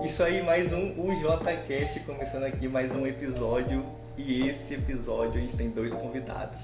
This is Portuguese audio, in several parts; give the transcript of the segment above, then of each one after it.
Isso aí, mais um UJCast, começando aqui mais um episódio. E esse episódio a gente tem dois convidados.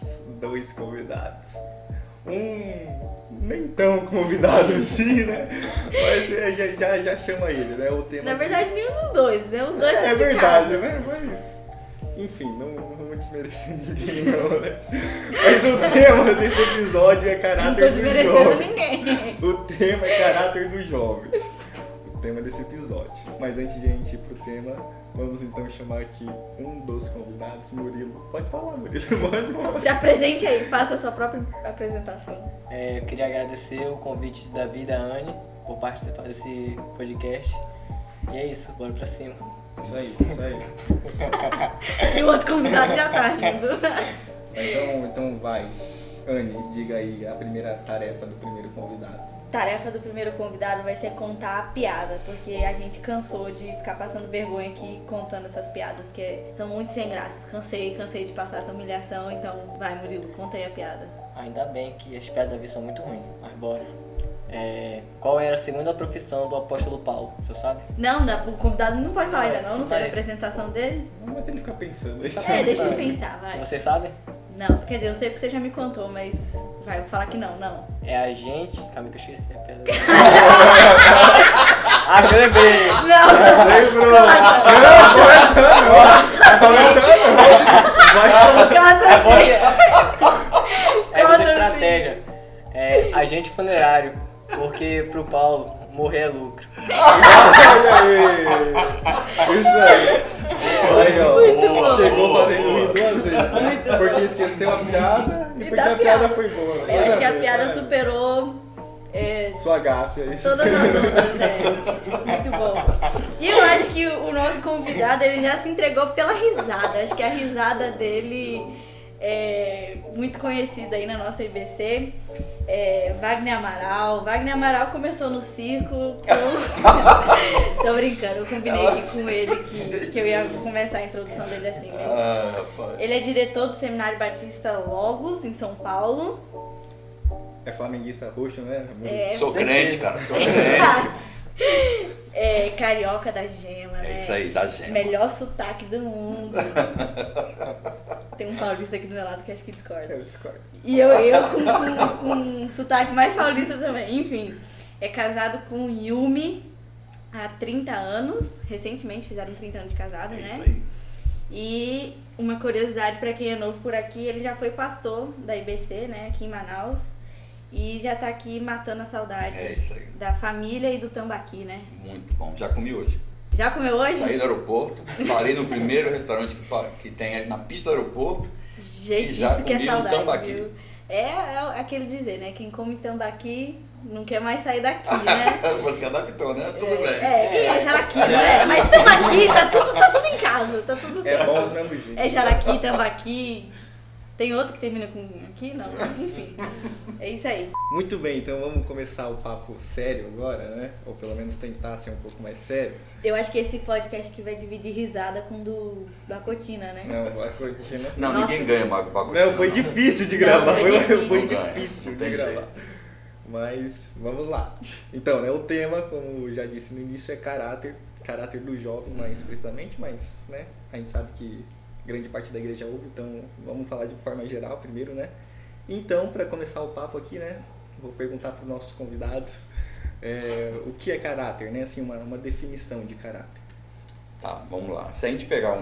Nem tão convidado assim, né? Mas já chama ele, né? O tema. Na verdade, nenhum dos dois, né? Os dois são É de verdade, casa. né? Mas, enfim, não vamos desmerecer ninguém, não, né? Mas o tema desse episódio é Não caráter tô do desmerecendo jovem. ninguém. O tema é caráter do jovem. O tema desse episódio. Mas antes de a gente ir pro tema, vamos então chamar aqui um dos convidados, Murilo. Pode falar, Murilo. Pode falar. Se apresente aí, faça a sua própria apresentação. Eu queria agradecer o convite da Davi e da Anne por participar desse podcast. E é isso, bora pra cima. Isso aí. E o outro convidado já tá rindo. Então vai. Anne, diga aí a primeira tarefa do primeiro convidado. Tarefa do primeiro convidado vai ser contar a piada, porque a gente cansou de ficar passando vergonha aqui contando essas piadas que são muito sem graça. Cansei de passar essa humilhação, então vai, Murilo, conta aí a piada. Ainda bem que as piadas da Davi são muito ruins, mas bora. Qual era a segunda profissão do apóstolo Paulo? Você sabe? Não, o convidado não pode falar ainda não teve Vai. a apresentação dele. Mas ele fica pensando aí. Deixa ele pensar, vai. Você sabe? Não, quer dizer, eu sei porque você já me contou, mas vai, eu vou falar que não. É a gente... Calma que eu esqueci a piada. Eu lembrei! Não! Lembrou? É outra estratégia. É agente funerário, porque pro Paulo morrer é lucro. Isso aí. Aí, ó. Muito Chegou bom. fazendo rir duas vezes. Muito Porque esqueceu a piada e porque da a piada foi boa. Eu acho que a Parabéns, piada parabéns. superou Sua gafe, é isso. todas as outras, Muito bom. E eu acho que o nosso convidado, ele já se entregou pela risada. Acho que a risada dele é muito conhecida aí na nossa IBC. Wagner Amaral. Wagner Amaral começou no circo com... Tô brincando, eu combinei aqui com ele que eu ia começar a introdução dele assim, né? Ele é diretor do Seminário Batista Logos, em São Paulo. É flamenguista roxo, né? Sou certeza. crente, cara, sou crente. Carioca da Gema, né? É isso aí, da Gema. Melhor sotaque do mundo. Tem um paulista aqui do meu lado que acho que discorda. Eu discordo. E eu com sotaque mais paulista também. Enfim, é casado com Yumi há 30 anos. Recentemente fizeram 30 anos de casado, É né? isso aí. E uma curiosidade pra quem é novo por aqui, ele já foi pastor da IBC, né? Aqui em Manaus. E já tá aqui matando a saudade É isso aí. da família e do tambaqui, né? Muito bom. Já comi hoje. Já comeu hoje? Saí do aeroporto, parei no primeiro restaurante que tem ali na pista do aeroporto. Gente, E já isso que é comi um saudade, tambaqui. viu? É aquele dizer, né? Quem come tambaqui não quer mais sair daqui, né? Você adaptou, né? Tudo bem. Quem é jaraqui, não é? Mas tambaqui, tá tudo em casa, tá tudo certo. É bom do mesmo jeito. É jaraqui, tambaqui. Tem outro que termina com aqui? Não, enfim. É isso aí. Muito bem, então vamos começar o papo sério agora, né? Ou pelo menos tentar ser um pouco mais sério. Eu acho que esse podcast aqui vai dividir risada com o da Cotina, né? Não, vai foi porque Não, Nossa. ninguém ganha bagulho. Não, foi difícil de gravar. Não, foi Foi difícil. difícil Não de tem gravar. jeito. Mas vamos lá. Então, né, o tema, como eu já disse no início, é caráter do jovem, mais precisamente, mas né, a gente sabe que grande parte da igreja ouve, então vamos falar de forma geral primeiro, né? Então, para começar o papo aqui, né, vou perguntar para os nossos convidados o que é caráter, né? Assim, uma definição de caráter. Tá, vamos lá. Se a gente pegar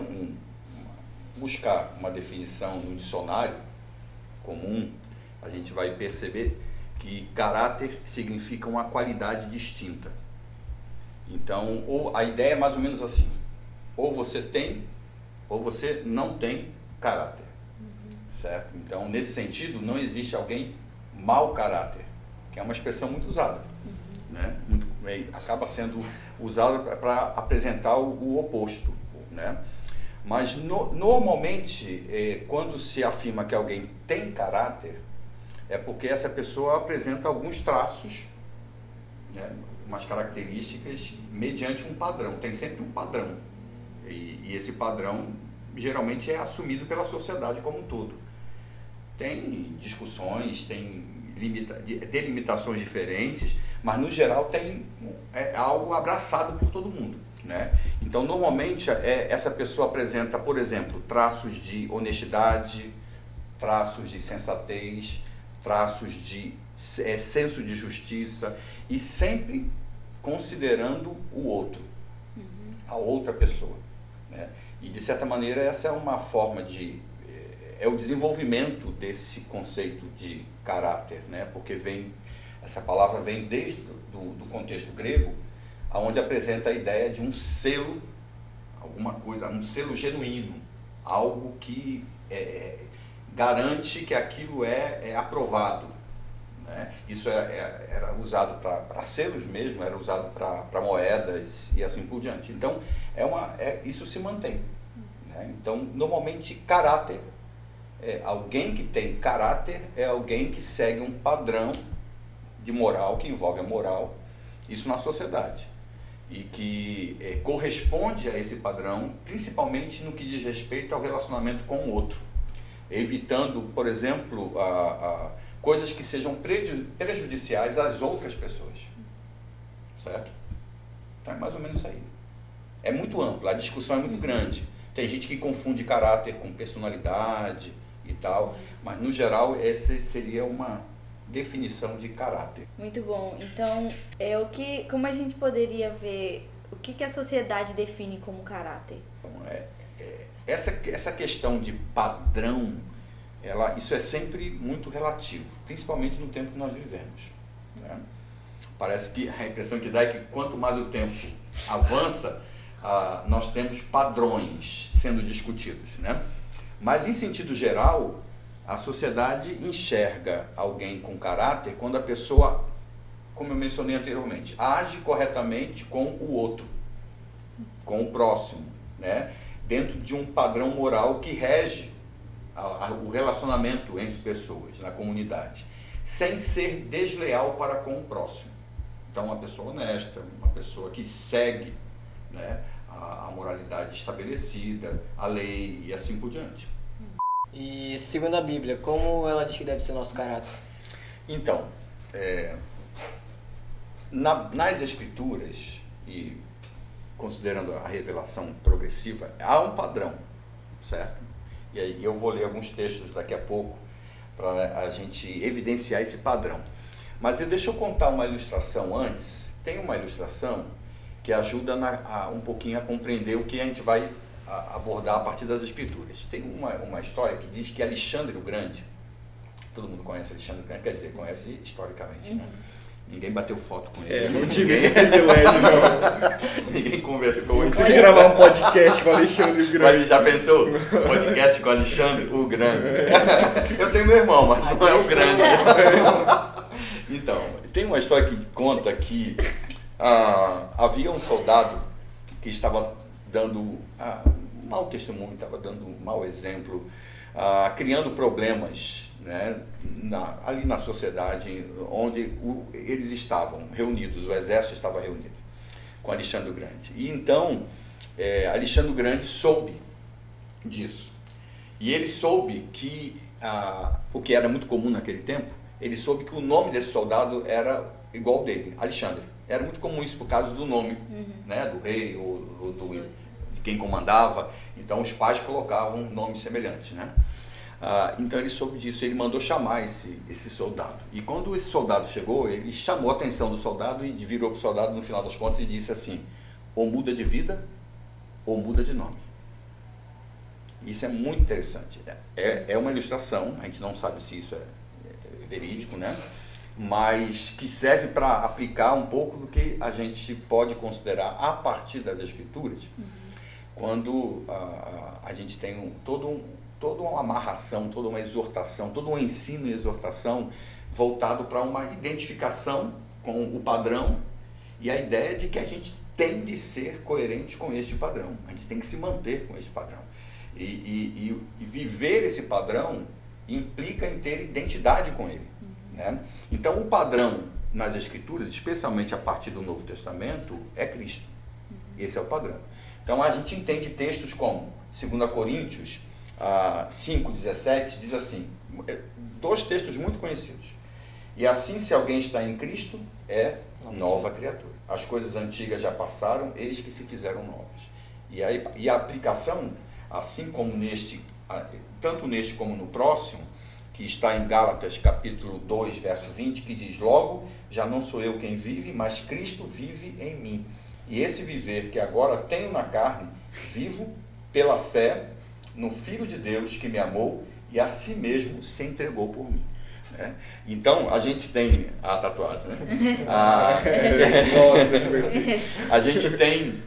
buscar uma definição no dicionário comum, a gente vai perceber que caráter significa uma qualidade distinta. Então, a ideia é mais ou menos assim: ou você tem, ou você não tem caráter. Certo? Então, nesse sentido, não existe alguém mau caráter, que é uma expressão muito usada. Né? Acaba sendo usada para apresentar o oposto. Né? Mas, normalmente, quando se afirma que alguém tem caráter, é porque essa pessoa apresenta alguns traços, né? Umas características mediante um padrão. Tem sempre um padrão. E esse padrão, geralmente, é assumido pela sociedade como um todo. Tem discussões, tem delimitações diferentes, mas no geral é algo abraçado por todo mundo. né? Então, normalmente, essa pessoa apresenta, por exemplo, traços de honestidade, traços de sensatez, traços de senso de justiça, e sempre considerando o outro, a outra pessoa, né? E, de certa maneira, essa é uma forma é o desenvolvimento desse conceito de caráter, né? Porque essa palavra vem desde do contexto grego, onde apresenta a ideia de um selo, alguma coisa, um selo genuíno, algo que garante que aquilo é aprovado, né? Isso era usado para selos mesmo, era usado para moedas e assim por diante. Então, isso se mantém, né? Então, normalmente, caráter, alguém que tem caráter é alguém que segue um padrão de moral, que envolve a moral, isso na sociedade, e que corresponde a esse padrão, principalmente no que diz respeito ao relacionamento com o outro, evitando, por exemplo, coisas que sejam prejudiciais às outras pessoas, certo? Então é mais ou menos isso aí. É muito amplo, a discussão é muito grande. Tem gente que confunde caráter com personalidade e tal, mas no geral essa seria uma definição de caráter. Muito bom. Então, como a gente poderia ver o que a sociedade define como caráter? Então, essa questão de padrão, isso é sempre muito relativo, principalmente no tempo que nós vivemos, né? Parece que a impressão que dá é que quanto mais o tempo avança, nós temos padrões sendo discutidos, né? Mas, em sentido geral, a sociedade enxerga alguém com caráter quando a pessoa, como eu mencionei anteriormente, age corretamente com o outro, com o próximo, né? Dentro de um padrão moral que rege o relacionamento entre pessoas na comunidade, sem ser desleal para com o próximo. Então, uma pessoa honesta, uma pessoa que segue, né, a moralidade estabelecida, a lei e assim por diante. E segundo a Bíblia, como ela diz que deve ser nosso caráter? Então, nas Escrituras, e considerando a revelação progressiva, há um padrão, certo? E aí eu vou ler alguns textos daqui a pouco para a gente evidenciar esse padrão. Mas deixa eu contar uma ilustração antes. Tem uma ilustração que ajuda um pouquinho a compreender o que a gente vai abordar a partir das Escrituras. Tem uma história que diz que Alexandre o Grande, todo mundo conhece Alexandre o Grande, quer dizer, conhece historicamente, né? Ninguém bateu foto com ele. Não tive esse privilégio, não. Ninguém conversou. Não consegui gravar um podcast com o Alexandre o Grande. Mas já pensou? Podcast com Alexandre o Grande. Eu tenho meu irmão, mas não é o Grande. Então, tem uma história que conta que havia um soldado que estava dando mau testemunho, estava dando um mau exemplo, criando problemas, né, ali na sociedade onde eles estavam reunidos, o exército estava reunido com Alexandre o Grande. E então, Alexandre o Grande soube disso. E ele soube que, o que era muito comum naquele tempo, ele soube que o nome desse soldado era igual ao dele, Alexandre. Era muito comum isso por causa do nome, né, do rei ou de quem comandava. Então os pais colocavam nomes semelhantes, né? Então ele soube disso, ele mandou chamar esse soldado. E quando esse soldado chegou, ele chamou a atenção do soldado e virou para o soldado no final das contas e disse assim: ou muda de vida ou muda de nome. Isso é muito interessante. É uma ilustração, a gente não sabe se isso é verídico, né? Mas que serve para aplicar um pouco do que a gente pode considerar a partir das Escrituras, quando a gente tem toda uma amarração, toda uma exortação, todo um ensino e exortação voltado para uma identificação com o padrão e a ideia de que a gente tem de ser coerente com este padrão, a gente tem que se manter com este padrão. E viver esse padrão implica em ter identidade com ele, né? Então, o padrão nas Escrituras, especialmente a partir do Novo Testamento, é Cristo. Esse é o padrão. Então, a gente entende textos como 2 Coríntios 5:17, diz assim, dois textos muito conhecidos. E assim, se alguém está em Cristo, é nova criatura. As coisas antigas já passaram, eis que se fizeram novas. E a aplicação, assim como tanto neste como no próximo, que está em Gálatas capítulo 2, verso 20, que diz: logo, já não sou eu quem vive, mas Cristo vive em mim. E esse viver que agora tenho na carne, vivo pela fé no Filho de Deus que me amou e a si mesmo se entregou por mim. Né? Então, a gente tem a tatuagem, né? A gente tem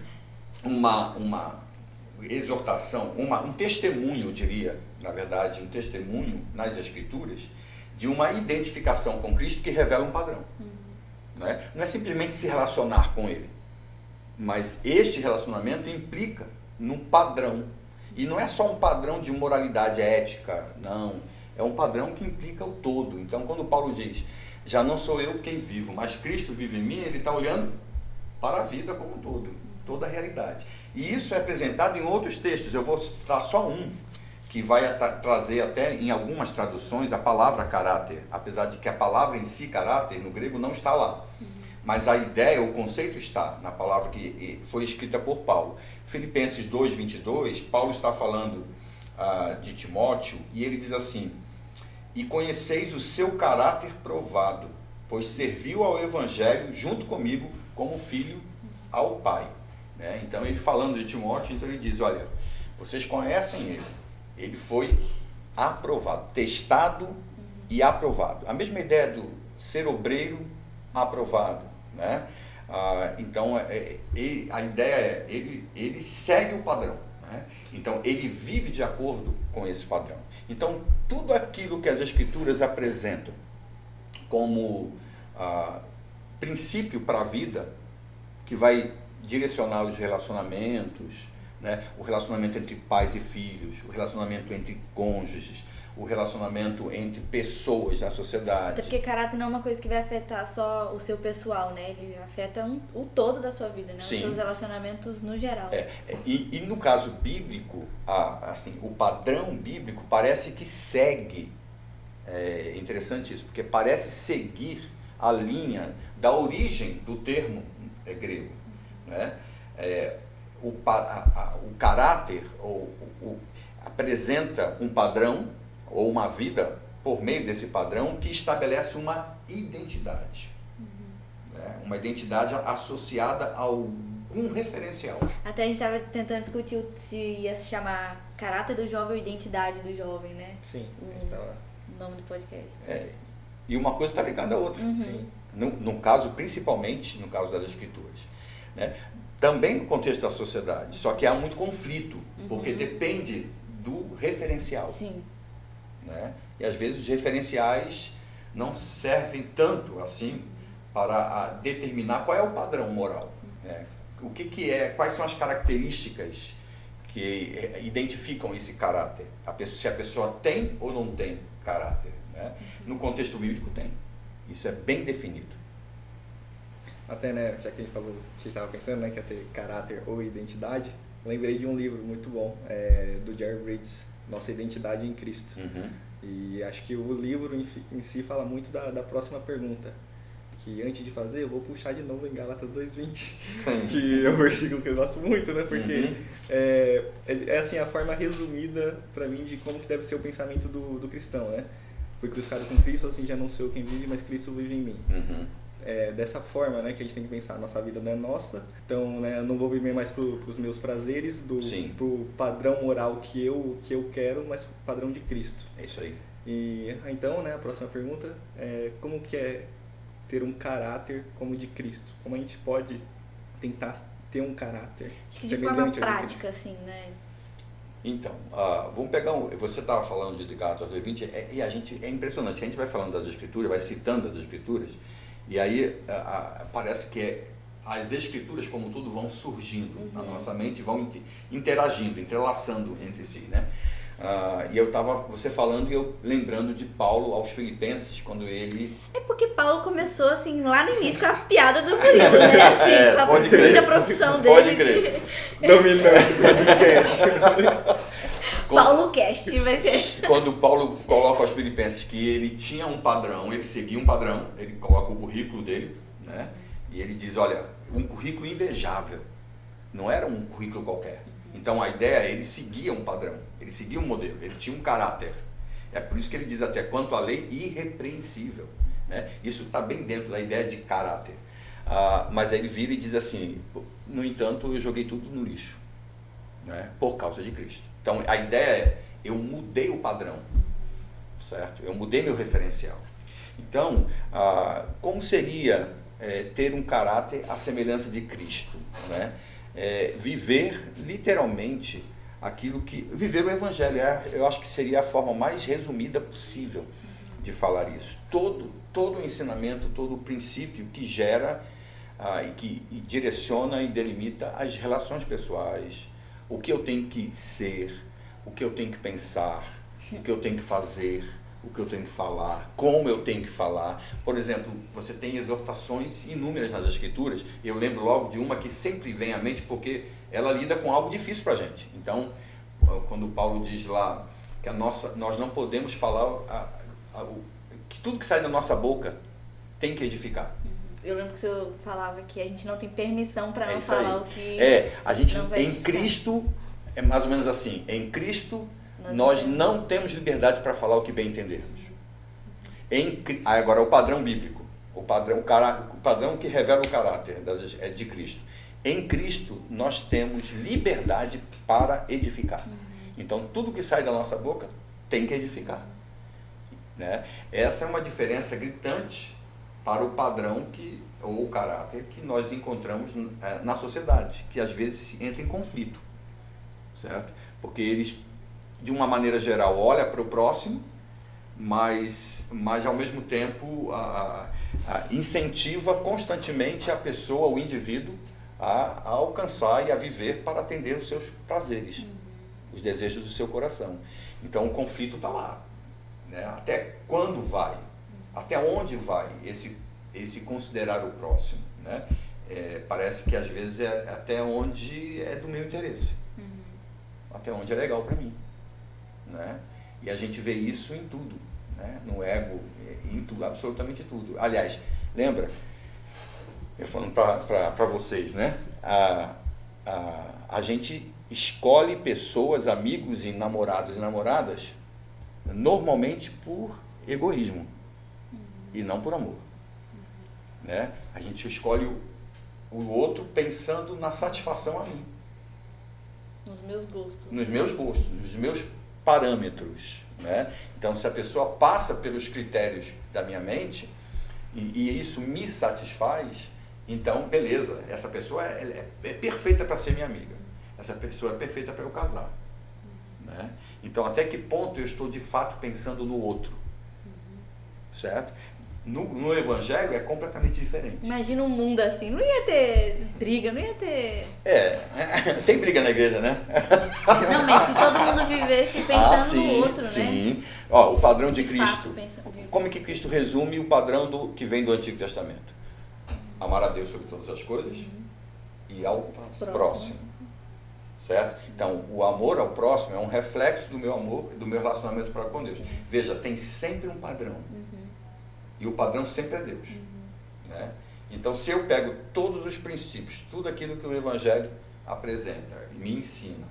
uma exortação, um testemunho, eu diria, na verdade, um testemunho nas Escrituras de uma identificação com Cristo que revela um padrão. Né? Não é simplesmente se relacionar com Ele, mas este relacionamento implica num padrão. E não é só um padrão de moralidade ética, não. É um padrão que implica o todo. Então, quando Paulo diz, já não sou eu quem vivo, mas Cristo vive em mim, ele está olhando para a vida como um todo, toda a realidade. E isso é apresentado em outros textos. Eu vou citar só um, que vai trazer até em algumas traduções a palavra caráter, apesar de que a palavra em si, caráter, no grego não está lá. Mas a ideia, o conceito está na palavra que foi escrita por Paulo. Filipenses 2, 22, Paulo está falando de Timóteo, e ele diz assim: e conheceis o seu caráter provado, pois serviu ao Evangelho junto comigo como filho ao Pai. Né? Então, ele falando de Timóteo, então ele diz: olha, vocês conhecem ele foi aprovado, testado e aprovado. A mesma ideia do ser obreiro aprovado. Né? Então, a ideia é, ele segue o padrão. Né? Então, ele vive de acordo com esse padrão. Então, tudo aquilo que as Escrituras apresentam como princípio para a vida, que vai direcionar os relacionamentos, né? O relacionamento entre pais e filhos, o relacionamento entre cônjuges, o relacionamento entre pessoas na sociedade. Até porque caráter não é uma coisa que vai afetar só o seu pessoal, né? Ele afeta o todo da sua vida, né? Sim. Os seus relacionamentos no geral. E no caso bíblico, assim, o padrão bíblico parece que segue, é interessante isso, porque parece seguir a linha da origem do termo grego. Né? O caráter apresenta um padrão, ou uma vida por meio desse padrão, que estabelece uma identidade. Né? Uma identidade associada a algum referencial. Até a gente estava tentando discutir se ia se chamar caráter do jovem ou identidade do jovem, né? Sim. O nome do podcast. E uma coisa está ligada à outra. Sim. No caso, principalmente no caso das Escrituras. Né? Também no contexto da sociedade, só que há muito conflito, porque depende do referencial. Sim. Né? E às vezes os referenciais não servem tanto assim para determinar qual é o padrão moral. Né? O que é, quais são as características que identificam esse caráter? Se a pessoa tem ou não tem caráter. Né? No contexto bíblico tem. Isso é bem definido. Até, né, já que a gente falou, a gente estava pensando, né, que ia ser caráter ou identidade, lembrei de um livro muito bom, do Jerry Bridges, Nossa Identidade em Cristo. E acho que o livro em si fala muito da próxima pergunta, que antes de fazer eu vou puxar de novo em Gálatas 2:20, que é um versículo que eu gosto muito, né, porque é assim a forma resumida para mim de como que deve ser o pensamento do cristão, né? Fui crucificado com Cristo, assim já não sou quem vive, mas Cristo vive em mim. Dessa forma, né, que a gente tem que pensar, nossa vida não é nossa, então, né, eu não vou viver mais pros meus prazeres, pro padrão moral que eu quero, mas pro padrão de Cristo. É isso aí. E então, né, a próxima pergunta é como que é ter um caráter como de Cristo? Como a gente pode tentar ter um caráter acho que de forma prática, assim, né? Então, vamos pegar você estava falando de Gálatas 2:20, e é impressionante, a gente vai falando das Escrituras, vai citando as Escrituras, e aí parece que as Escrituras, como tudo, vão surgindo na nossa mente, vão interagindo, entrelaçando entre si, né? E eu estava, você falando e eu lembrando de Paulo aos Filipenses, quando ele... É porque Paulo começou, assim, lá no início com a piada do Murilo, né? Assim, com a muita profissão dele. Pode crer. Dominante. Paulo Cast vai ser. Quando Paulo coloca aos Filipenses que ele tinha um padrão, ele seguia um padrão, ele coloca o currículo dele, né? E ele diz, olha, um currículo invejável, não era um currículo qualquer. Então a ideia é, ele seguia um padrão, ele seguia um modelo, ele tinha um caráter. É por isso que ele diz até, quanto à lei, irrepreensível, né? Isso está bem dentro da ideia de caráter. Mas aí ele vira e diz assim, no entanto, eu joguei tudo no lixo, né? Por causa de Cristo. Então, a ideia é, eu mudei o padrão, certo? Eu mudei meu referencial. Então, como seria ter um caráter à semelhança de Cristo, né? Viver literalmente aquilo que... Viver o Evangelho, eu acho que seria a forma mais resumida possível de falar isso. Todo o ensinamento, todo o princípio que gera e que direciona e delimita as relações pessoais, o que eu tenho que ser, o que eu tenho que pensar, o que eu tenho que fazer, o que eu tenho que falar, como eu tenho que falar. Por exemplo, você tem exortações inúmeras nas Escrituras. Eu lembro logo de uma que sempre vem à mente porque ela lida com algo difícil para a gente. Então, quando Paulo diz lá que nós não podemos falar, que tudo que sai da nossa boca tem que edificar. Eu lembro que o senhor falava que a gente não tem permissão para não falar aí. O que a gente não vai em Cristo, é mais ou menos assim, em Cristo nós não temos liberdade para falar o que bem entendermos. Agora, o padrão bíblico, o padrão que revela o caráter de Cristo. Em Cristo nós temos liberdade para edificar. Então, tudo que sai da nossa boca tem que edificar. Né? Essa é uma diferença gritante para o padrão ou o caráter que nós encontramos na sociedade, que às vezes entra em conflito, certo? Porque eles, de uma maneira geral, olham para o próximo, mas ao mesmo tempo incentiva constantemente a pessoa, o indivíduo, a alcançar e a viver para atender os seus prazeres, os desejos do seu coração. Então o conflito está lá. Né? Até quando vai? Até onde vai esse considerar o próximo? Né? Parece que às vezes é até onde é do meu interesse. Até onde é legal para mim. Né? E a gente vê isso em tudo. Né? No ego, em tudo, absolutamente tudo. Aliás, lembra? Eu falando para vocês, né? A gente escolhe pessoas, amigos e namorados e namoradas normalmente por egoísmo e não por amor. Né? A gente escolhe o outro pensando na satisfação a mim. Nos meus gostos. Nos meus gostos, nos meus parâmetros. Né? Então, se a pessoa passa pelos critérios da minha mente e isso me satisfaz, então, beleza, essa pessoa é perfeita para ser minha amiga. Essa pessoa é perfeita para eu casar. Né? Então, até que ponto eu estou de fato pensando no outro? Certo? No Evangelho é completamente diferente. Imagina um mundo assim, não ia ter briga, não ia ter... Tem briga na igreja, né? Não, mas se todo mundo vivesse pensando no outro, né? Sim. Ó, o padrão de Cristo. Fato, como que Cristo resume o padrão que vem do Antigo Testamento? Amar a Deus sobre todas as coisas e ao próximo. Certo? Então, o amor ao próximo é um reflexo do meu amor e do meu relacionamento para com Deus. Veja, tem sempre um padrão. E o padrão sempre é Deus. Né? Então, se eu pego todos os princípios, tudo aquilo que o Evangelho apresenta e me ensina,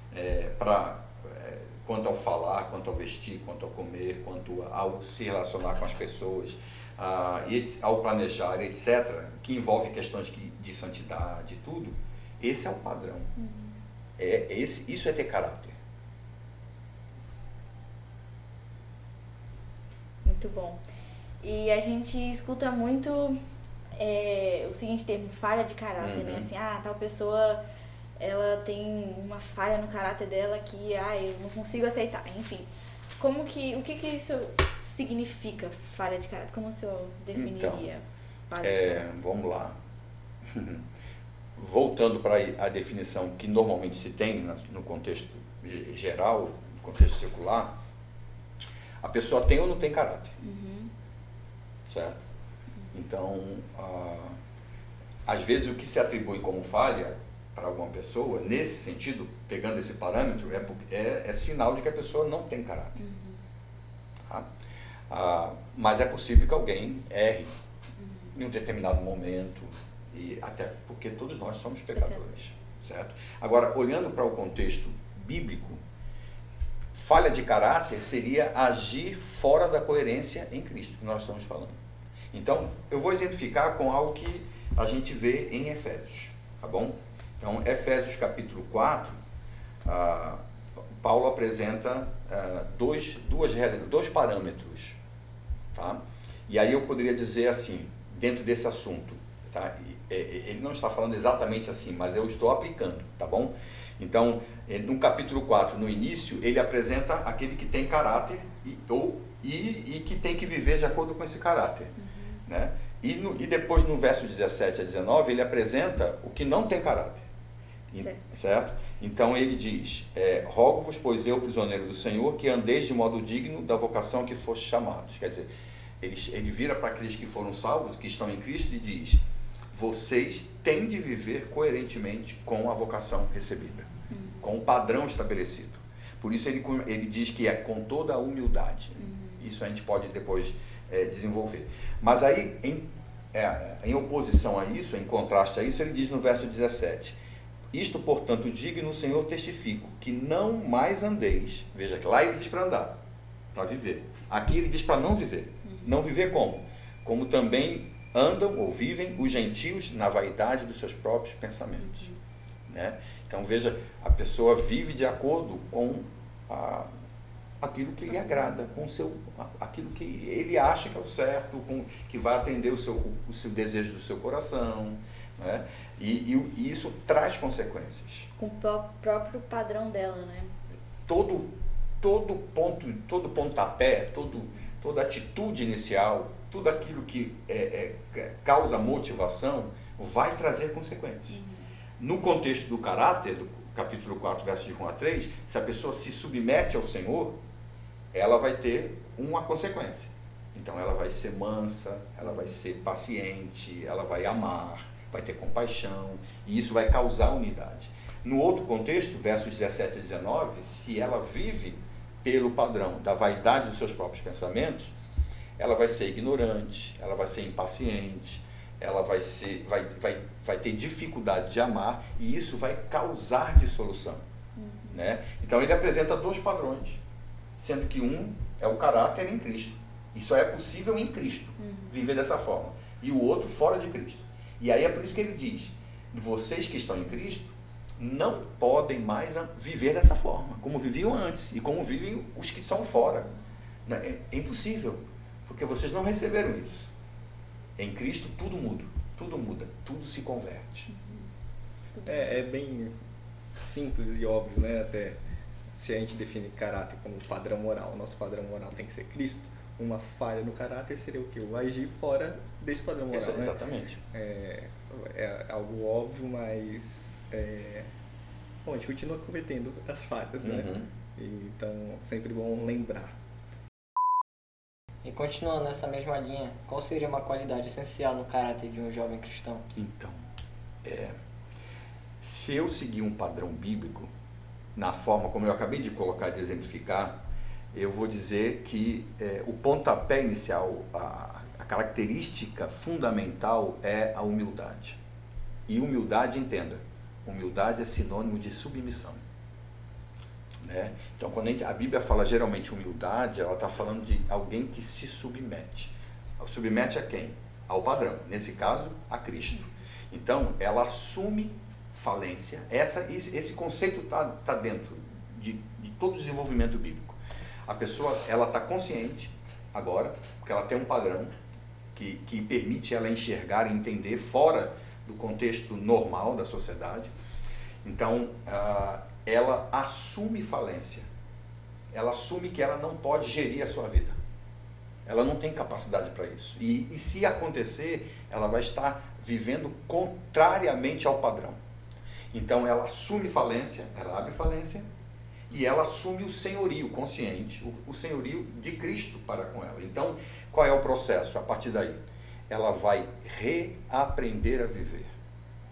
quanto ao falar, quanto ao vestir, quanto ao comer, quanto ao se relacionar com as pessoas, ao planejar, etc., que envolve questões de santidade, tudo, esse é o padrão. Isso é ter caráter. Muito bom. E a gente escuta muito o seguinte termo, falha de caráter, né? Assim, tal pessoa, ela tem uma falha no caráter dela que, eu não consigo aceitar. Enfim, o que isso significa, falha de caráter? Como o senhor definiria falha de caráter? Vamos lá. Voltando para a definição que normalmente se tem no contexto geral, no contexto secular, a pessoa tem ou não tem caráter. Certo? Então, às vezes o que se atribui como falha para alguma pessoa, nesse sentido, pegando esse parâmetro, é sinal de que a pessoa não tem caráter. Tá? Mas é possível que alguém erre em um determinado momento, e até porque todos nós somos pecadores, certo? Agora, olhando para o contexto bíblico, falha de caráter seria agir fora da coerência em Cristo, que nós estamos falando. Então, eu vou exemplificar com algo que a gente vê em Efésios, tá bom? Então, Efésios capítulo 4, Paulo apresenta dois parâmetros, tá? E aí eu poderia dizer assim, dentro desse assunto, tá? Ele não está falando exatamente assim, mas eu estou aplicando, tá bom? Então, no capítulo 4, no início, ele apresenta aquele que tem caráter e que tem que viver de acordo com esse caráter, né? E depois, no verso 17 a 19, ele apresenta o que não tem caráter, certo? Então, ele diz, rogo-vos, pois eu, prisioneiro do Senhor, que andeis de modo digno da vocação que foste chamados. Quer dizer, ele vira para aqueles que foram salvos, que estão em Cristo, e diz, vocês têm de viver coerentemente com a vocação recebida, com o padrão estabelecido. Por isso ele diz que é com toda a humildade. Isso a gente pode depois desenvolver. Mas aí, em oposição a isso, em contraste a isso, ele diz no verso 17, isto, portanto, digo no Senhor testifico, que não mais andeis. Veja que lá ele diz para andar, para viver. Aqui ele diz para não viver. Não viver como? Como também andam ou vivem os gentios na vaidade dos seus próprios pensamentos, né? Então veja, a pessoa vive de acordo com aquilo que lhe agrada, com aquilo que ele acha que é o certo, que vai atender o seu desejo do seu coração, né? E isso traz consequências. Com o próprio padrão dela, né? Todo pontapé, toda atitude inicial, tudo aquilo que causa motivação, vai trazer consequências. No contexto do caráter, do capítulo 4, versos 1 a 3, se a pessoa se submete ao Senhor, ela vai ter uma consequência. Então, ela vai ser mansa, ela vai ser paciente, ela vai amar, vai ter compaixão, e isso vai causar unidade. No outro contexto, versos 17 a 19, se ela vive pelo padrão da vaidade dos seus próprios pensamentos, ela vai ser ignorante, ela vai ser impaciente, ela vai ter dificuldade de amar, e isso vai causar dissolução, né? Então ele apresenta dois padrões, sendo que um é o caráter em Cristo, e só é possível em Cristo viver dessa forma, e o outro fora de Cristo. E aí é por isso que ele diz, vocês que estão em Cristo não podem mais viver dessa forma, como viviam antes, e como vivem os que são fora. É impossível, porque vocês não receberam isso. Em Cristo tudo muda, tudo se converte. É bem simples e óbvio, né? Até se a gente define caráter como padrão moral, nosso padrão moral tem que ser Cristo, uma falha no caráter seria o quê? O agir fora desse padrão moral, né? Exatamente. É algo óbvio, mas bom, a gente continua cometendo as falhas, né? Então, sempre bom lembrar. E continuando nessa mesma linha, qual seria uma qualidade essencial no caráter de um jovem cristão? Então, se eu seguir um padrão bíblico, na forma como eu acabei de colocar, de exemplificar, eu vou dizer que o pontapé inicial, a característica fundamental é a humildade. E humildade, entenda, humildade é sinônimo de submissão. Né? Então, quando a Bíblia fala geralmente humildade, ela está falando de alguém que se submete. Submete a quem? Ao padrão, nesse caso, a Cristo. Então, ela assume falência. Esse conceito está dentro de todo o desenvolvimento bíblico. A pessoa está consciente agora, porque ela tem um padrão que permite ela enxergar e entender fora do contexto normal da sociedade. Então, ela assume falência. Ela assume que ela não pode gerir a sua vida. Ela não tem capacidade para isso. E se acontecer, ela vai estar vivendo contrariamente ao padrão. Então, ela assume falência, ela abre falência, e ela assume o senhorio consciente, o senhorio de Cristo para com ela. Então, qual é o processo? A partir daí, ela vai reaprender a viver.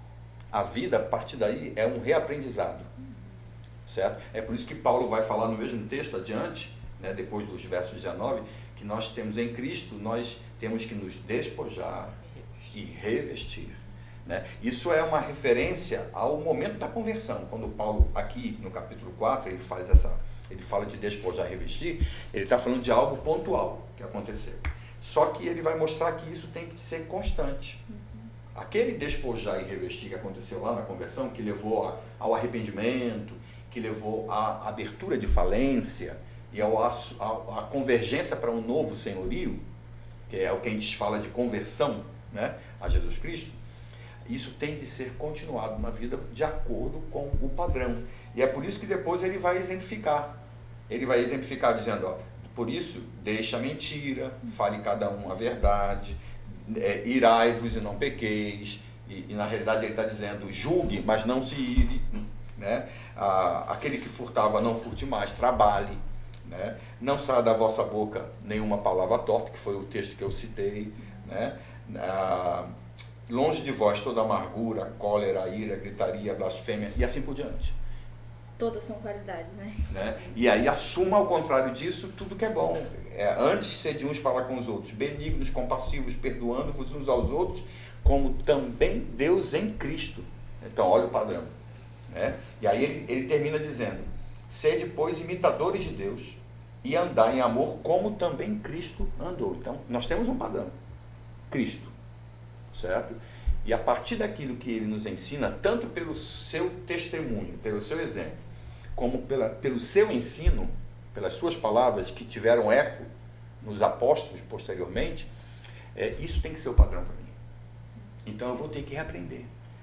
A vida, a partir daí, é um reaprendizado. Certo? É por isso que Paulo vai falar no mesmo texto adiante, né, depois dos versos 19, que nós temos em Cristo, nós temos que nos despojar e revestir. Né? Isso é uma referência ao momento da conversão. Quando Paulo, aqui no capítulo 4, ele fala de despojar e revestir, ele está falando de algo pontual que aconteceu. Só que ele vai mostrar que isso tem que ser constante. Aquele despojar e revestir que aconteceu lá na conversão, que levou ao arrependimento, que levou à abertura de falência e à convergência para um novo senhorio, que é o que a gente fala de conversão, né, a Jesus Cristo, isso tem de ser continuado na vida de acordo com o padrão. E é por isso que depois ele vai exemplificar. Ele vai exemplificar dizendo, ó, por isso, deixa a mentira, fale cada um a verdade, irai-vos e não pequeis. E na realidade ele está dizendo, julgue, mas não se ire. Né? Aquele que furtava, não furte mais, trabalhe. Né? Não saia da vossa boca nenhuma palavra torta, que foi o texto que eu citei. Né? Longe de vós toda amargura, cólera, ira, gritaria, blasfêmia e assim por diante. Todas são qualidades, né? E aí assuma ao contrário disso tudo que é bom. Antes sede uns para com os outros, benignos, compassivos, perdoando-vos uns aos outros, como também Deus em Cristo. Então olha o padrão. Né? E aí ele termina dizendo, sede, pois, imitadores de Deus e andar em amor como também Cristo andou. Então nós temos um padrão, Cristo. Certo? E a partir daquilo que ele nos ensina, tanto pelo seu testemunho, pelo seu exemplo, como pelo seu ensino, pelas suas palavras que tiveram eco nos apóstolos posteriormente, isso tem que ser o padrão para mim. Então eu vou ter que reaprender.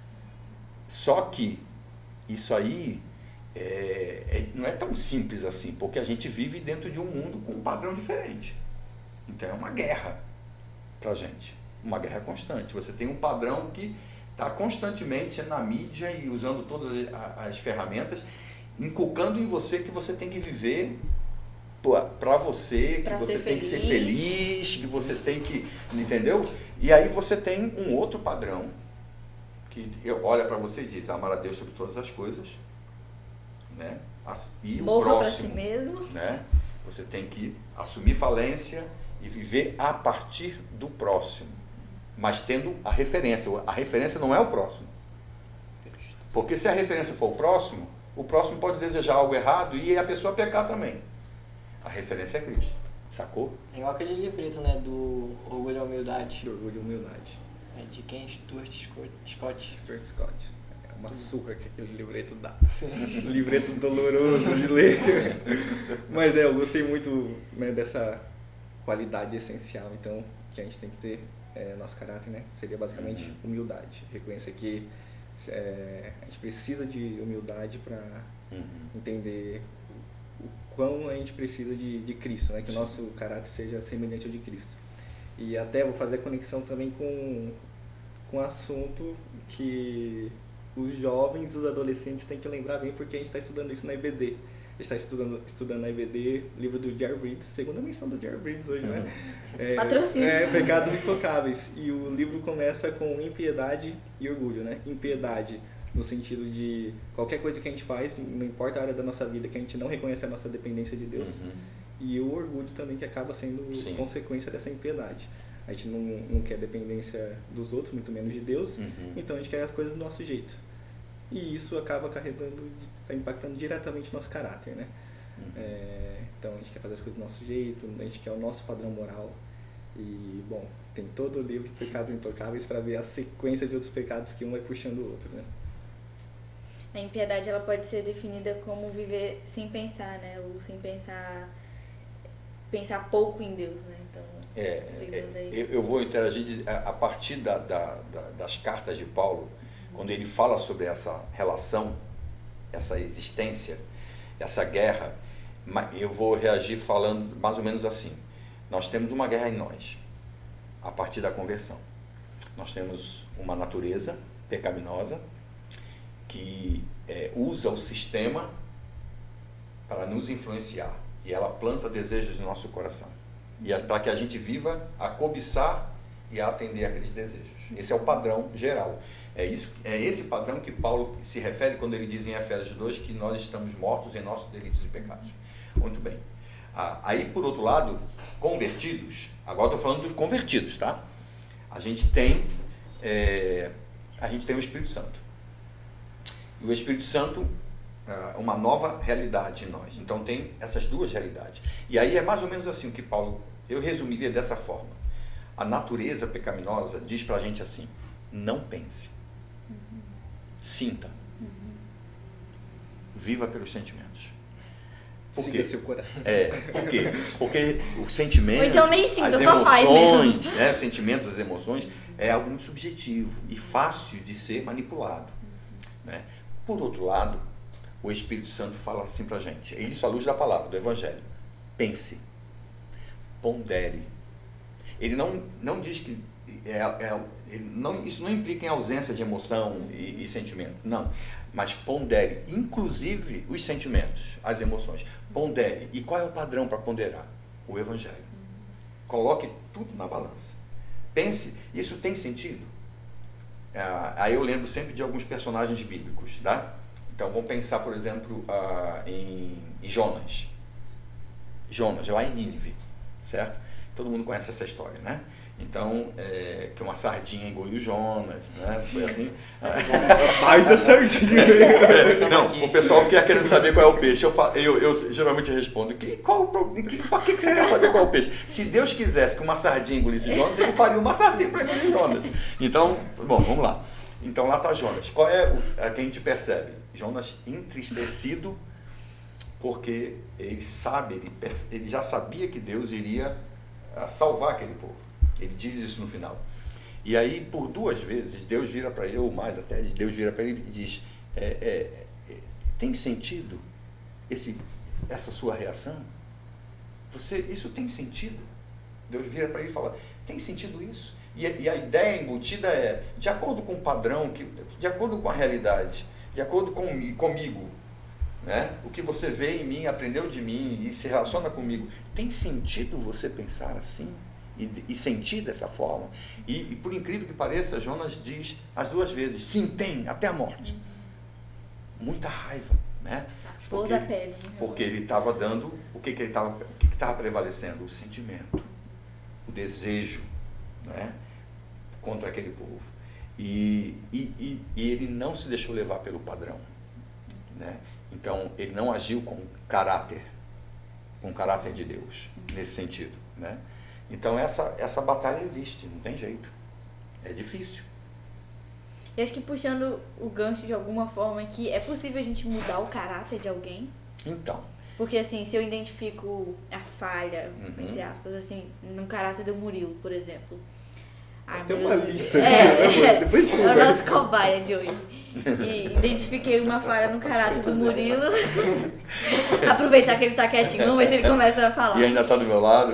Só que isso aí não é tão simples assim, porque a gente vive dentro de um mundo com um padrão diferente. Então é uma guerra para a gente. Uma guerra constante. Você tem um padrão que está constantemente na mídia e usando todas as ferramentas, inculcando em você que você tem que viver para você, que você tem que ser feliz, que você tem que... Entendeu? E aí você tem um outro padrão que olha para você e diz, amar a Deus sobre todas as coisas, né? E o próximo, para si mesmo. Né? Você tem que assumir falência e viver a partir do próximo. Mas tendo a referência não é o próximo. Porque se a referência for o próximo pode desejar algo errado e a pessoa pecar também. A referência é Cristo, sacou? É igual aquele livreto, né, do Orgulho e Humildade. De Orgulho e Humildade. De quem? Stuart Scott. Stuart Scott. É uma surra que aquele livreto dá. Sim. Um livreto doloroso de ler. Mas eu gostei muito, né, dessa qualidade essencial, então, que a gente tem que ter. Nosso caráter, né? Seria basicamente humildade. Reconhecer que a gente precisa de humildade para entender o quão a gente precisa de Cristo, né? Que o nosso caráter seja semelhante ao de Cristo. E até vou fazer a conexão também com um assunto que os jovens e os adolescentes têm que lembrar bem, porque a gente está estudando isso na IBD. A gente está estudando na IBD, livro do Jerry Bridges, segunda menção do Jerry Bridges hoje, né? Patrocínio. Pecados Intocáveis. E o livro começa com impiedade e orgulho, né? Impiedade no sentido de qualquer coisa que a gente faz, não importa a área da nossa vida, que a gente não reconhece a nossa dependência de Deus. E o orgulho também, que acaba sendo consequência dessa impiedade. A gente não quer dependência dos outros, muito menos de Deus, então a gente quer as coisas do nosso jeito. E isso acaba impactando diretamente o nosso caráter, né? Então a gente quer fazer as coisas do nosso jeito, a gente quer o nosso padrão moral. E, bom, tem todo o livro de Pecados Intocáveis para ver a sequência de outros pecados que um vai puxando o outro, né? A impiedade, ela pode ser definida como viver sem pensar, né? Ou sem pensar pouco em Deus, né? Então, eu vou interagir a partir das cartas de Paulo, quando ele fala sobre essa relação, essa existência, essa guerra. Eu vou reagir falando mais ou menos assim. Nós temos uma guerra em nós, a partir da conversão. Nós temos uma natureza pecaminosa que usa o sistema para nos influenciar. E ela planta desejos no nosso coração. E para que a gente viva a cobiçar e a atender aqueles desejos. Esse é o padrão geral. É esse padrão que Paulo se refere quando ele diz em Efésios 2 que nós estamos mortos em nossos delitos e pecados. Muito bem. Aí, por outro lado, convertidos, agora estou falando dos convertidos, tá? A gente tem o Espírito Santo. E o Espírito Santo uma nova realidade em nós. Então tem essas duas realidades. E aí é mais ou menos assim o que Paulo, eu resumiria dessa forma. A natureza pecaminosa diz pra gente assim: não pense, sinta, viva pelos sentimentos. Por quê? Seu coração. Por quê? Porque o sentimento, ou então nem sinta, as só faz mesmo. emoções, os sentimentos, as emoções, é algo muito subjetivo e fácil de ser manipulado, né? Por outro lado, o Espírito Santo fala assim pra gente, é isso à luz da palavra, do Evangelho: pense, pondere. Ele não diz que isso não implica em ausência de emoção e sentimento, não, mas pondere, inclusive os sentimentos, as emoções, pondere. E qual é o padrão para ponderar? O Evangelho. Coloque tudo na balança, pense, isso tem sentido? Aí eu lembro sempre de alguns personagens bíblicos, tá? Então vamos pensar, por exemplo, em Jonas, lá em Nínive, certo? Todo mundo conhece essa história, né? Então, que uma sardinha engoliu Jonas, né? Foi assim. Ai da sardinha. Não, o pessoal fica querendo saber qual é o peixe. Eu geralmente respondo: para que você quer saber qual é o peixe? Se Deus quisesse que uma sardinha engolisse Jonas, ele faria uma sardinha para engolir Jonas. Então, bom, vamos lá. Então lá está Jonas. Qual é a que a gente percebe? Jonas entristecido, porque ele já sabia que Deus iria salvar aquele povo. Ele diz isso no final. E aí, por 2 vezes, Deus vira para ele, ou mais até, Deus vira para ele e diz: tem sentido essa sua reação? Isso tem sentido? Deus vira para ele e fala: tem sentido isso? E a ideia embutida é, de acordo com o padrão, de acordo com a realidade, de acordo comigo, né? O que você vê em mim, aprendeu de mim e se relaciona comigo, tem sentido você pensar assim e sentir dessa forma? E por incrível que pareça, Jonas diz as 2 vezes: sim, tem, até a morte. Muita raiva, né? Porque ele estava dando, o que estava prevalecendo? O sentimento, o desejo, né? Contra aquele povo. E ele não se deixou levar pelo padrão, né? Então, ele não agiu com caráter de Deus, nesse sentido, né? Então, essa batalha existe, não tem jeito. É difícil. Eu acho que, puxando o gancho de alguma forma, que é possível a gente mudar o caráter de alguém? Então. Porque, assim, se eu identifico a falha, entre aspas, assim, no caráter do Murilo, por exemplo. Tem uma lista aqui, é o nosso cobaia de hoje. E identifiquei uma falha no caráter do Murilo. Aproveitar que ele tá quietinho, vamos ver se ele começa a falar. E ainda tá do meu lado.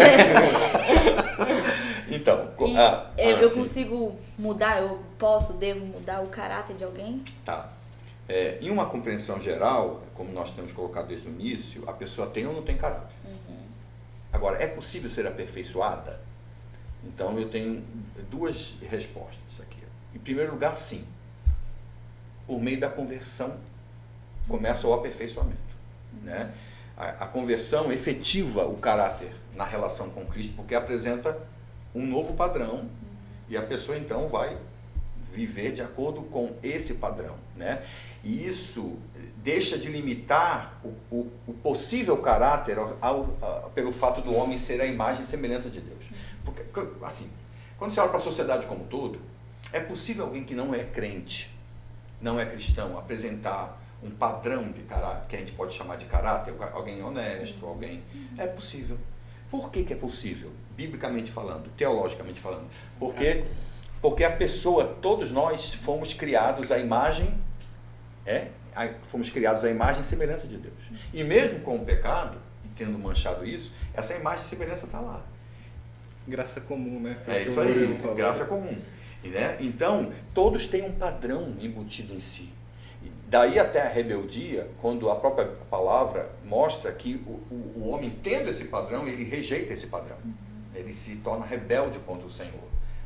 Então, eu consigo mudar, devo mudar o caráter de alguém? Tá. Em uma compreensão geral, como nós temos colocado desde o início, a pessoa tem ou não tem caráter. Agora, é possível ser aperfeiçoada? Então, eu tenho 2 respostas aqui. Em primeiro lugar, sim. Por meio da conversão, começa o aperfeiçoamento, né? A conversão efetiva o caráter na relação com Cristo, porque apresenta um novo padrão e a pessoa, então, vai viver de acordo com esse padrão, né? E isso deixa de limitar o possível caráter pelo fato do homem ser a imagem e semelhança de Deus. Porque, assim, quando você olha para a sociedade como um todo, é possível alguém que não é crente, não é cristão, apresentar um padrão de caráter, que a gente pode chamar de caráter, alguém honesto, alguém... É possível. Por que é possível? Biblicamente falando, teologicamente falando. Porque a pessoa, todos nós fomos criados à imagem, fomos criados à imagem e semelhança de Deus. E mesmo com o pecado, e tendo manchado isso, essa imagem e semelhança está lá. Graça comum, né? É isso aí, graça comum. Né? Então, todos têm um padrão embutido em si. Daí até a rebeldia, quando a própria palavra mostra que o homem, tendo esse padrão, ele rejeita esse padrão. Ele se torna rebelde contra o Senhor.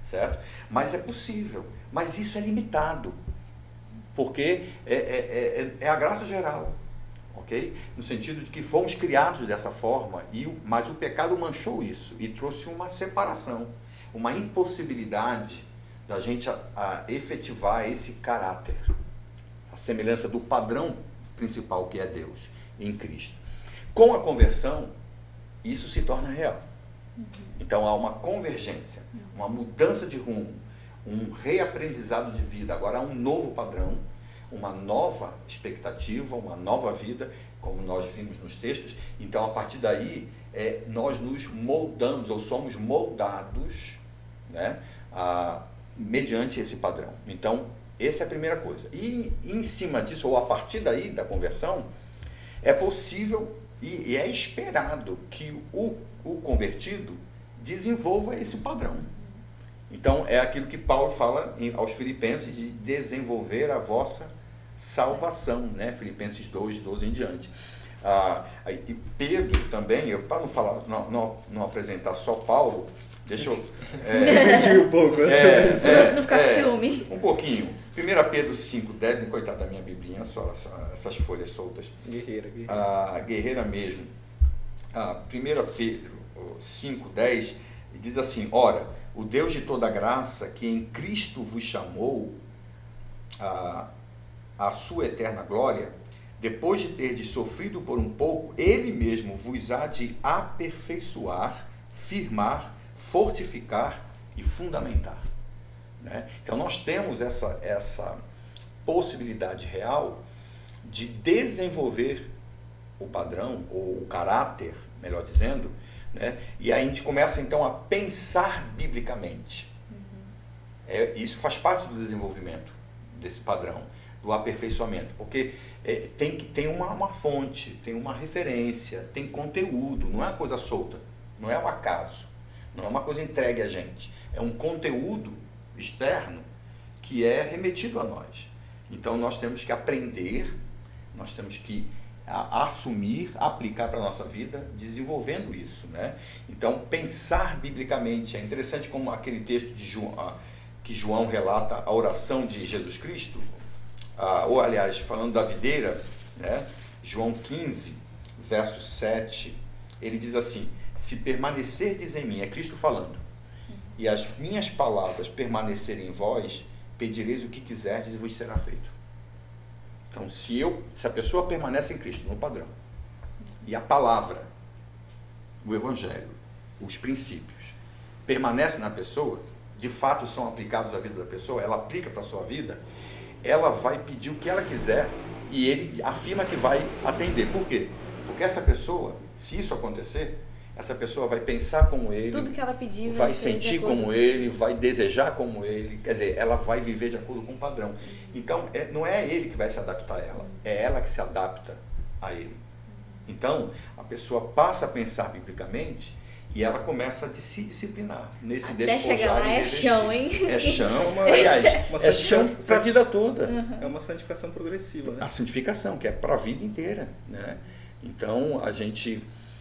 certo? Mas é possível, mas isso é limitado, porque é a graça geral, ok? No sentido de que fomos criados dessa forma, mas o pecado manchou isso e trouxe uma separação, uma impossibilidade da gente a efetivar esse caráter, a semelhança do padrão principal que é Deus em Cristo. Com a conversão, isso se torna real. Então há uma convergência, uma mudança de rumo, um reaprendizado de vida. Agora há um novo padrão, uma nova expectativa, uma nova vida, como nós vimos nos textos. Então a partir daí nós nos moldamos ou somos moldados, né, mediante esse padrão. Então essa é a primeira coisa. E em cima disso, ou a partir daí da conversão, é possível e é esperado que o convertido desenvolva esse padrão. Então, é aquilo que Paulo fala aos Filipenses de desenvolver a vossa salvação, né? Filipenses 2, 12 em diante. E Pedro também, para não falar, não apresentar só Paulo, deixa eu... Dividir um pouco. Os outros não ficar com ciúme. Um pouquinho. 1 Pedro 5, 10, coitado da minha biblinha, só essas folhas soltas. Guerreira. Guerreira mesmo. 1 Pedro 5, 10, diz assim: ora, o Deus de toda graça, que em Cristo vos chamou a sua eterna glória, depois de terdes sofrido por um pouco, Ele mesmo vos há de aperfeiçoar, firmar, fortificar e fundamentar. Né? Então nós temos essa possibilidade real de desenvolver o padrão, ou o caráter, melhor dizendo, né? E aí a gente começa então a pensar biblicamente. Isso faz parte do desenvolvimento desse padrão, do aperfeiçoamento, porque tem uma fonte, tem uma referência, tem conteúdo, não é uma coisa solta, não é o acaso, não é uma coisa entregue a gente, é um conteúdo externo que é remetido a nós. Então nós temos que aprender, nós temos que assumir, aplicar para a nossa vida, desenvolvendo isso, né? Então pensar biblicamente, é interessante como aquele texto de João, que João relata a oração de Jesus Cristo, ou aliás, falando da videira, né? João 15, verso 7, ele diz assim: se permanecerdes em mim, é Cristo falando, e as minhas palavras permanecerem em vós, pedireis o que quiserdes e vos será feito. Então, se a pessoa permanece em Cristo, no padrão, e a palavra, o evangelho, os princípios, permanecem na pessoa, de fato são aplicados à vida da pessoa, ela aplica para a sua vida, ela vai pedir o que ela quiser e ele afirma que vai atender. Por quê? Porque essa pessoa, se isso acontecer, essa pessoa vai pensar como ele, tudo que ela pedir, vai sentir como ele, vai desejar como ele, quer dizer, ela vai viver de acordo com o padrão. Então, não é ele que vai se adaptar a ela, é ela que se adapta a ele. Então, a pessoa passa a pensar biblicamente e ela começa a se disciplinar nesse despojar. Até chegar lá é chão, hein? É chão, aliás, é chão para a vida toda. É uma santificação progressiva, né? A santificação, que é para a vida inteira, né? Então, a gente...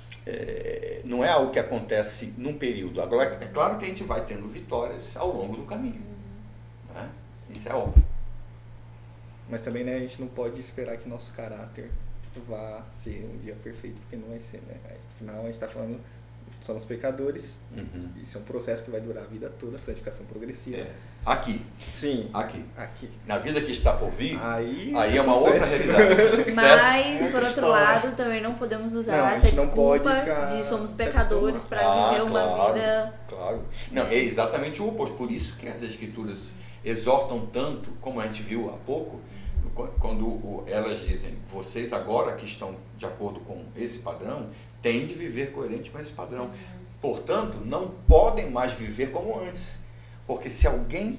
não é algo que acontece num período. Agora, é claro que a gente vai tendo vitórias ao longo do caminho. Né? Isso é óbvio. Mas também, né, a gente não pode esperar que nosso caráter vá ser um dia perfeito, porque não vai ser, né? Afinal, a gente está falando, somos pecadores. Isso é um processo que vai durar a vida toda, a santificação progressiva. Aqui. Sim. Aqui. Aqui. Na vida que está por vir, aí é uma outra realidade. Mas, por outro lado, também não podemos usar essa desculpa de somos pecadores para viver uma vida... Claro. Não, é exatamente o oposto. Por isso que as Escrituras exortam tanto, como a gente viu há pouco, quando elas dizem, vocês agora que estão de acordo com esse padrão, têm de viver coerente com esse padrão. Portanto, não podem mais viver como antes. Porque se alguém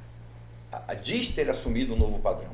diz ter assumido um novo padrão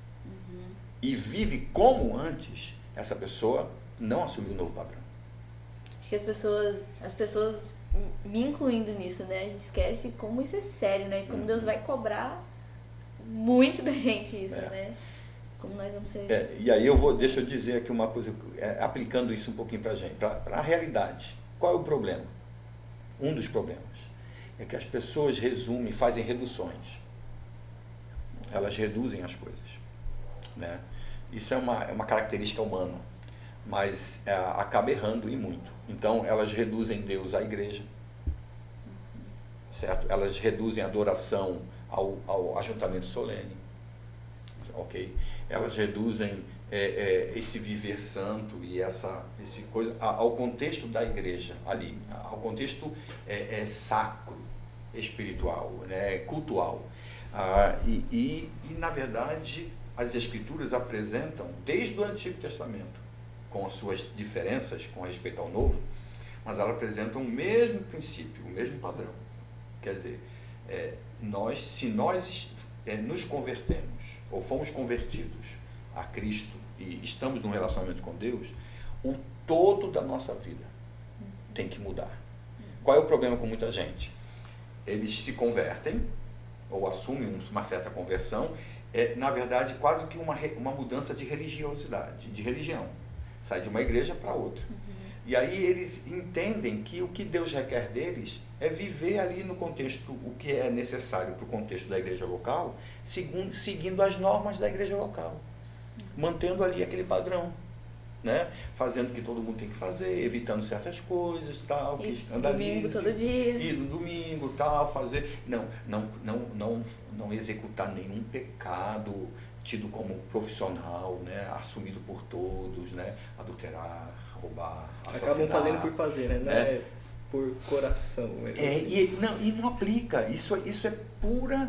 e vive como antes, essa pessoa não assumiu um novo padrão. Acho que as pessoas me incluindo nisso, né? A gente esquece como isso é sério, né? E como Deus vai cobrar muito da gente isso, né? Como nós vamos ser... E aí deixa eu dizer aqui uma coisa, aplicando isso um pouquinho para a gente, para a realidade. Qual é o problema? Um dos problemas é que as pessoas fazem reduções. Elas reduzem as coisas, né? Isso é uma característica humana, mas acaba errando e muito. Então, elas reduzem Deus à igreja, certo? Elas reduzem a adoração ao ajuntamento solene, ok? Elas reduzem esse viver santo e esse coisa ao contexto da igreja ali, ao contexto sacro, espiritual, né, cultual. E na verdade, as Escrituras apresentam, desde o Antigo Testamento, com as suas diferenças com respeito ao Novo, mas elas apresentam o mesmo princípio, o mesmo padrão. Quer dizer, se nós nos convertemos, ou fomos convertidos a Cristo, e estamos num relacionamento com Deus, o todo da nossa vida tem que mudar. Qual é o problema com muita gente? Eles se convertem, ou assumem uma certa conversão, na verdade, quase que uma mudança de religiosidade, de religião. Sai de uma igreja para outra. E aí eles entendem que o que Deus requer deles é viver ali no contexto, o que é necessário para o contexto da igreja local, seguindo as normas da igreja local, mantendo ali aquele padrão, né? Fazendo o que todo mundo tem que fazer, evitando certas coisas, tal, que escandalize. Domingo todo dia. E no domingo, tal, fazer. Não executar nenhum pecado tido como profissional, né? Assumido por todos, né? Adulterar, roubar, assassinar. Acabam fazendo por fazer, né? Não é por coração. E não aplica. Isso é pura,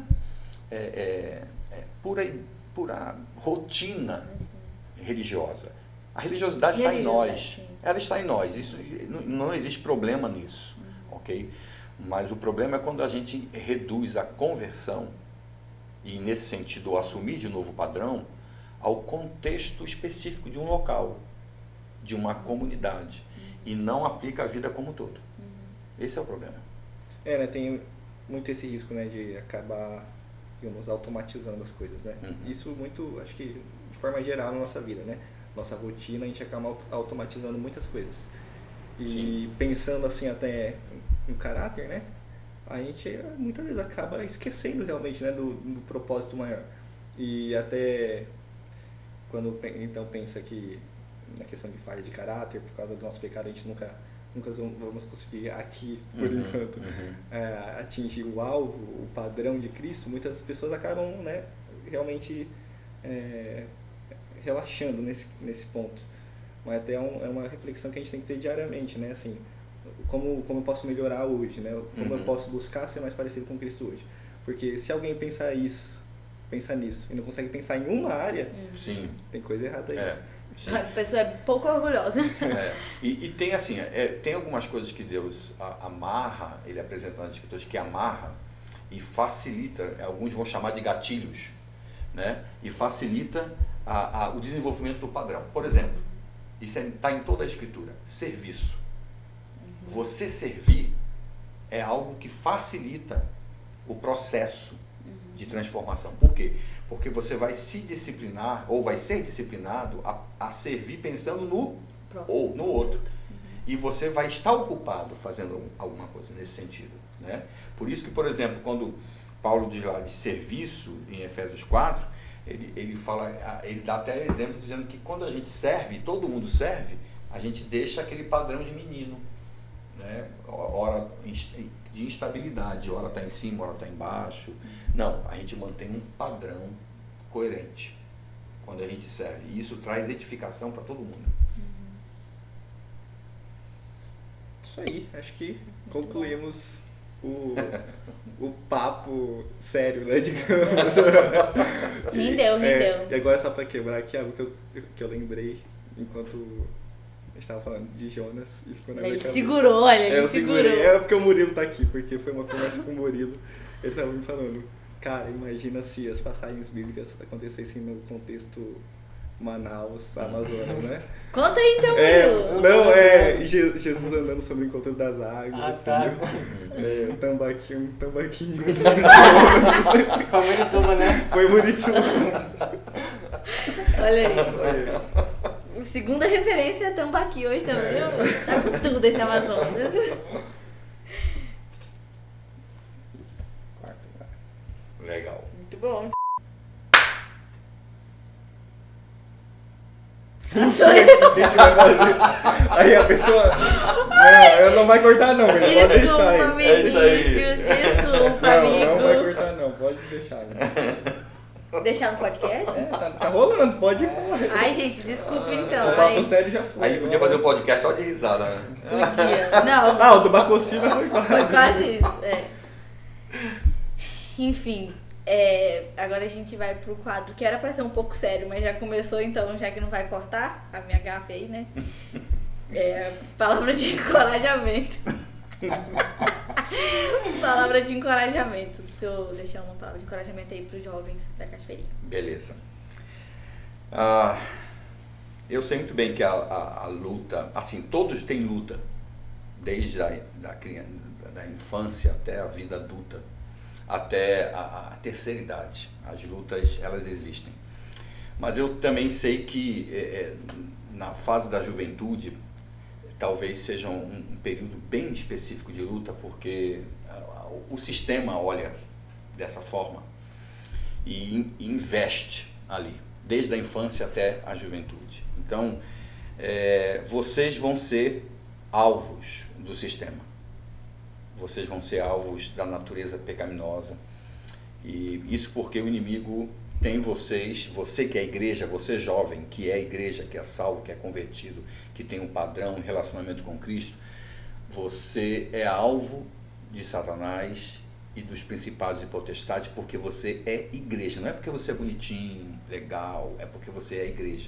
pura rotina religiosa. A religiosidade está em nós. Ela está em nós. Isso, não existe problema nisso, ok? Mas o problema é quando a gente reduz a conversão, e nesse sentido o assumir de novo padrão, ao contexto específico de um local, de uma comunidade, e não aplica a vida como um todo. Esse é o problema. Né, tem muito esse risco, né, de acabar, digamos, automatizando as coisas, né? Isso muito, acho que de forma geral na nossa vida, né? Nossa rotina, a gente acaba automatizando muitas coisas. E Sim. Pensando assim até no caráter, né? A gente muitas vezes acaba esquecendo realmente, né, do propósito maior. E até quando então pensa que na questão de falha de caráter, por causa do nosso pecado, a gente nunca vamos conseguir aqui, por enquanto, atingir o alvo, o padrão de Cristo. Muitas pessoas acabam, né, realmente relaxando nesse ponto. Mas até é uma reflexão que a gente tem que ter diariamente, né? Assim, como eu posso melhorar hoje, né? Como eu posso buscar ser mais parecido com Cristo hoje. Porque se alguém pensa nisso e não consegue pensar em uma área, Sim. tem coisa errada aí. A pessoa é pouco orgulhosa. E tem assim, tem algumas coisas que Deus amarra, ele apresenta nas Escrituras que amarra e facilita, alguns vão chamar de gatilhos, né? E facilita o desenvolvimento do padrão. Por exemplo, isso está em toda a Escritura, serviço. Você servir é algo que facilita o processo de transformação. Por quê? Porque você vai se disciplinar, ou vai ser disciplinado a servir pensando no outro. E você vai estar ocupado fazendo alguma coisa nesse sentido, né? Por isso que, por exemplo, quando Paulo diz lá de serviço, em Efésios 4, ele dá até exemplo dizendo que quando a gente serve, todo mundo serve, a gente deixa aquele padrão de menino, né? Hora de instabilidade, hora está em cima, hora está embaixo. Não, a gente mantém um padrão coerente quando a gente serve. E isso traz edificação para todo mundo. Isso aí, acho que concluímos o papo sério, né, digamos. Rendeu. E agora, só para quebrar aqui algo que eu lembrei enquanto a gente estava falando de Jonas e ficou na minha cabeça. Ele segurou. É porque o Murilo tá aqui, porque foi uma conversa com o Murilo. Ele estava me falando, cara, imagina se as passagens bíblicas acontecessem no contexto Manaus, Amazonas, né? Conta aí então, Murilo. Jesus andando sobre o encontro das águas. Tá. Um tambaquinho. Foi Murituba, né? Foi Murituba. Olha aí. Segunda referência é Tambaqui hoje também. Tá com tudo esse Amazonas. Muito bom. Sim, a gente vai fazer. Aí a pessoa. Não, eu não vai cortar não, mas pode deixar aí. Desculpa, É isso aí. Vinícius, desculpa, Não, amigo. não vai cortar não, pode deixar. Né? Deixar no podcast? É, tá rolando, pode falar. Ai, gente, desculpa O então. papo Aí, sério já foi. A gente podia fazer um podcast só de risada, né? podia. Não, Ah, o do Bacocina foi quase. foi quase isso. É. Enfim, agora a gente vai pro quadro que era pra ser um pouco sério, mas já começou então, já que não vai cortar a minha gafe aí, né? Palavra de encorajamento. Palavra de encorajamento. Se eu deixar uma palavra de encorajamento aí pros jovens da Cachoeirinha. Beleza. Eu sei muito bem que a luta, assim, todos têm luta, desde da infância até a vida adulta, até a terceira idade. As lutas, elas existem. Mas eu também sei que na fase da juventude, talvez seja um período bem específico de luta, porque o sistema olha dessa forma e investe ali, desde a infância até a juventude. Então, vocês vão ser alvos do sistema. Vocês vão ser alvos da natureza pecaminosa. E isso porque o inimigo tem vocês, você que é a igreja, você jovem, que é a igreja, que é salvo, que é convertido, que tem um padrão, um relacionamento com Cristo, você é alvo de Satanás e dos principados e potestades porque você é igreja. Não é porque você é bonitinho, legal, é porque você é igreja.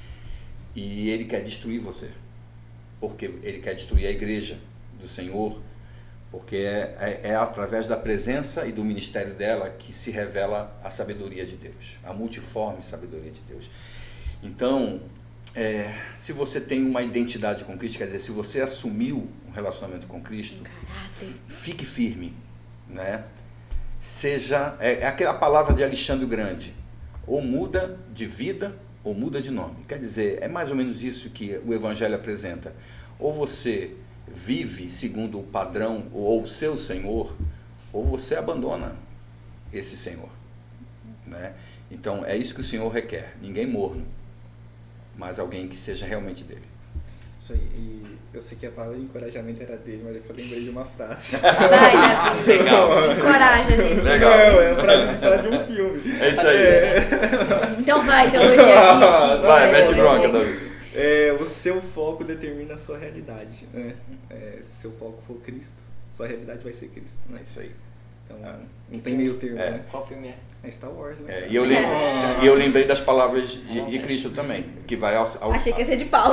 E ele quer destruir você, porque ele quer destruir a igreja do Senhor, porque é através da presença e do ministério dela que se revela a sabedoria de Deus, a multiforme sabedoria de Deus. Então, se você tem uma identidade com Cristo, quer dizer, se você assumiu um relacionamento com Cristo, fique firme, né? Seja, aquela palavra de Alexandre o Grande, ou muda de vida ou muda de nome. Quer dizer, é mais ou menos isso que o Evangelho apresenta. Ou você vive segundo o padrão ou o seu Senhor, ou você abandona esse Senhor, né? Então é isso que o Senhor requer, ninguém morno, mas alguém que seja realmente dele. Isso aí, e eu sei que a palavra de encorajamento era dele, mas é que eu lembrei de uma frase. Vai, Davi. Legal. Encoraja, gente. Legal. Não, é uma frase de um filme. É isso aí. Então vai, teologia aqui. Vai, mete bronca, Davi. O seu foco determina a sua realidade, né? Se seu foco for Cristo, sua realidade vai ser Cristo, né? É isso aí. Então, não tem meio termo, né? Qual filme é? É Star Wars, né? E eu lembrei das palavras de Cristo também, que vai Achei que ia ser de Paulo.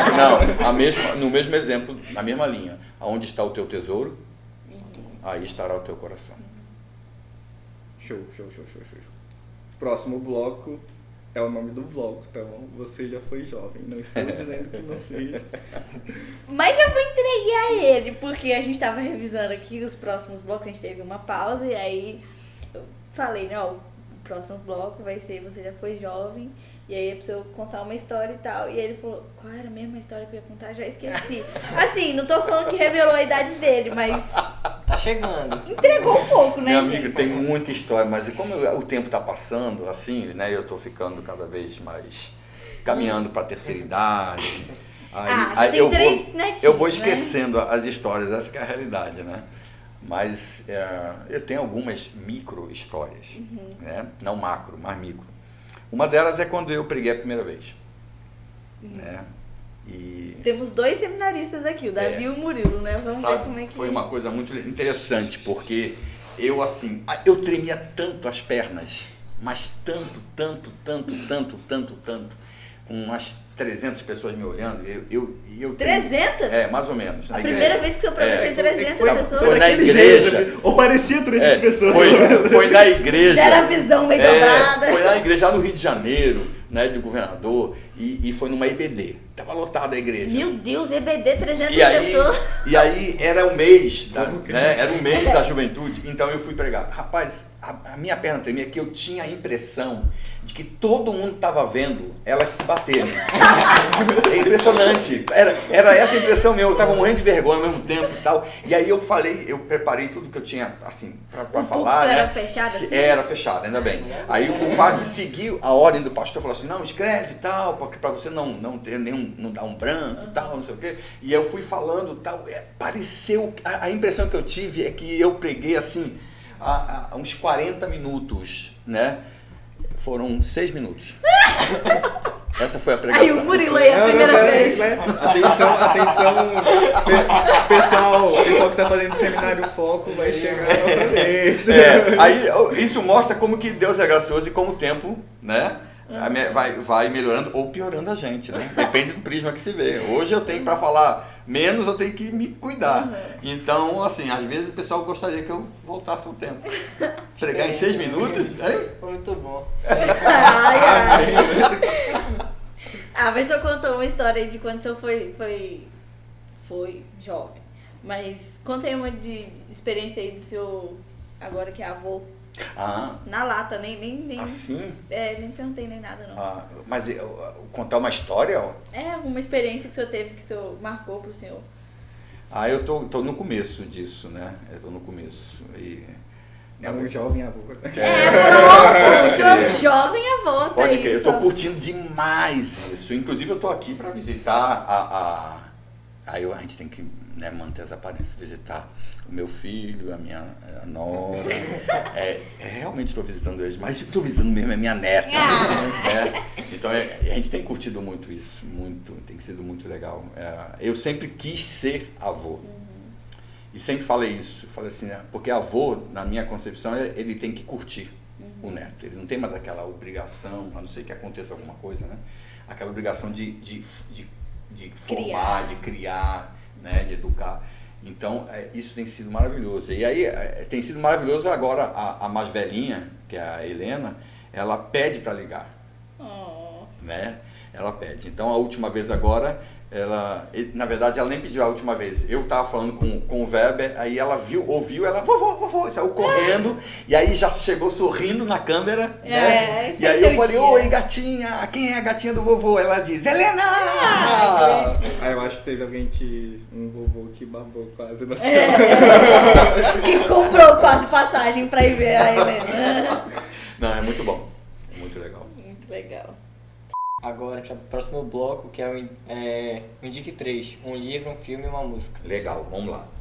no mesmo exemplo, na mesma linha. Aonde está o teu tesouro, aí estará o teu coração. Show. Próximo bloco é o nome do bloco, então você já foi jovem. Não estou dizendo que não seja. Mas eu vou entregar ele, porque a gente tava revisando aqui os próximos blocos, a gente teve uma pausa e aí eu falei, não, o próximo bloco vai ser Você Já Foi Jovem, e aí a pessoa contar uma história e tal. E aí ele falou, qual era a mesma história que eu ia contar? Já esqueci. Assim, não tô falando que revelou a idade dele, mas Tá chegando. entregou um pouco, né? Meu amigo, gente? tem muita história, mas como o tempo está passando, assim, né? Eu estou ficando cada vez mais caminhando para a terceira idade. Já tem três netinhos, eu vou né? esquecendo as histórias, essa que é a realidade, né? Mas eu tenho algumas micro histórias, né? Não macro, mas micro. Uma delas é quando eu preguei a primeira vez, né? E Temos dois seminaristas aqui, o Davi e o Murilo, né? Vamos ver como é que... foi uma coisa muito interessante, porque eu tremia tanto as pernas, mas tanto, com umas 300 pessoas me olhando, eu 300? mais ou menos. A primeira vez que eu prometi 300 pessoas. Foi na daquele igreja. jeito, né? Ou parecia 300 pessoas. Foi na igreja. Já era a visão meio dobrada. Foi na igreja lá no Rio de Janeiro, né, do governador, e foi numa EBD. Tava lotada a igreja. Meu Deus, EBD 300 E aí, pessoas. e aí era o mês, era o mês da juventude, então eu fui pregar. Rapaz, a minha perna tremia, que eu tinha a impressão de que todo mundo estava vendo elas se baterem. É impressionante. Era essa a impressão minha, eu estava morrendo de vergonha ao mesmo tempo e tal. E aí eu preparei tudo que eu tinha, assim, para falar, né? Era fechado assim? Era fechado, ainda bem. Aí o padre seguiu a ordem do pastor, falou assim, não, escreve e tal, para você não ter nenhum, não dar um branco e tal, não sei o quê. E eu fui falando e tal, pareceu, a impressão que eu tive é que eu preguei assim, há uns 40 minutos, né? Foram 6 minutos. Essa foi a pregação. Aí o Murilo aí, a primeira vez. Né? Atenção, pessoal que tá fazendo seminário foco vai chegar outra vez. Aí isso mostra como que Deus é gracioso e como o tempo, né? Vai melhorando ou piorando a gente, né? Depende do prisma que se vê. Hoje eu tenho para falar menos, eu tenho que me cuidar. Então, assim, às vezes o pessoal gostaria que eu voltasse ao tempo. Pregar em 6 minutos, hein? Foi muito bom. Mas o senhor contou uma história aí de quando o senhor foi jovem. Mas conta aí uma de experiência aí do senhor, agora que é avô. Na lata, nem assim? Nem perguntei nem nada, não. Mas contar uma história? Uma experiência que o senhor teve, que o senhor marcou pro senhor. Eu tô no começo disso, né? Eu tô no começo. É um jovem avô. Pronto! O senhor é um jovem avô. Pode crer, eu tô curtindo demais isso. Inclusive eu tô aqui para visitar Aí a gente tem que, né, manter as aparências, visitar o meu filho, a minha nora. Realmente estou visitando eles, mas estou visitando mesmo a minha neta. Então a gente tem curtido muito isso, tem sido muito legal. Eu sempre quis ser avô. E sempre falei isso, falei assim, né, porque avô, na minha concepção, ele tem que curtir o neto. Ele não tem mais aquela obrigação, a não ser que aconteça alguma coisa, né? Aquela obrigação de formar, de criar, né, de educar. Então, isso tem sido maravilhoso. E aí, tem sido maravilhoso agora, a mais velhinha, que é a Helena, ela pede para ligar. Né? Ela pede. Então, a última vez agora, na verdade, ela nem pediu a última vez. Eu estava falando com o Weber, aí ela ouviu, ela, vovô, saiu correndo, e aí já chegou sorrindo na câmera, né? E aí eu falei, oi, gatinha, quem é a gatinha do vovô? Ela diz, Helena! Eu acho que teve um vovô que babou quase na que comprou quase passagem para ir ver a Helena. Não, é muito bom, é muito legal. Muito legal. Agora, a gente vai pro próximo bloco, que é o Indique 3. Um livro, um filme e uma música. Legal, vamos lá.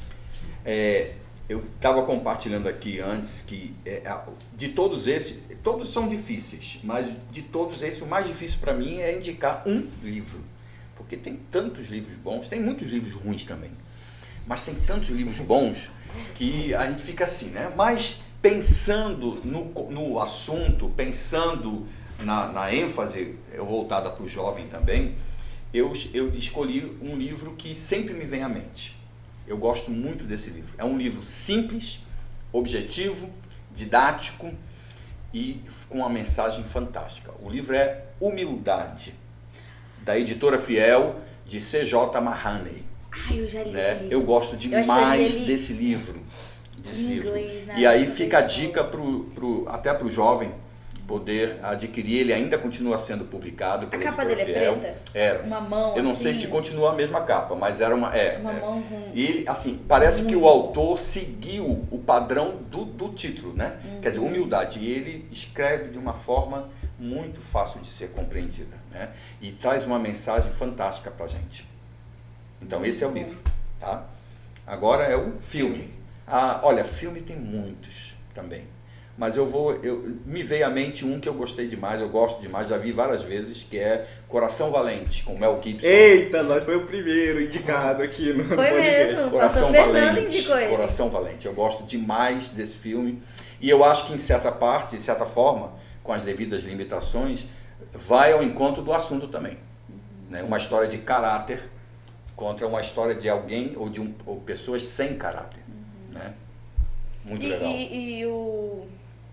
Eu estava compartilhando aqui antes que de todos esses, todos são difíceis, mas de todos esses, o mais difícil para mim é indicar um livro. Porque tem tantos livros bons, tem muitos livros ruins também, mas tem tantos livros bons que a gente fica assim, né? Mas pensando no assunto, pensando na ênfase voltada para o jovem também, eu escolhi um livro que sempre me vem à mente. Eu gosto muito desse livro. É um livro simples, objetivo, didático e com uma mensagem fantástica. O livro é Humildade, da editora Fiel, de C.J. Mahaney. Eu já li esse livro. Eu gosto demais desse livro. E aí fica a dica até para o jovem poder adquirir. Ele ainda continua sendo publicado pela editora Fiel. A capa dele é preta? Era. Uma mão. Eu não sei se continua a mesma capa, mas era uma mão com... E assim, parece que o autor seguiu o padrão do título, né? Quer dizer, humildade. E ele escreve de uma forma muito fácil de ser compreendida, né? E traz uma mensagem fantástica pra gente. Então esse é o livro, tá? Agora é o filme. Olha, filme tem muitos também. Mas me veio à mente um que eu gostei demais, eu gosto demais, já vi várias vezes, que é Coração Valente, com Mel Gibson. Eita, nós foi o primeiro indicado aqui no podcast. Mesmo, Coração Valente. Coração Valente. Eu gosto demais desse filme. E eu acho que em certa forma, com as devidas limitações, vai ao encontro do assunto também. Né? Uma história de caráter contra uma história de alguém ou pessoas sem caráter. Né? Muito legal.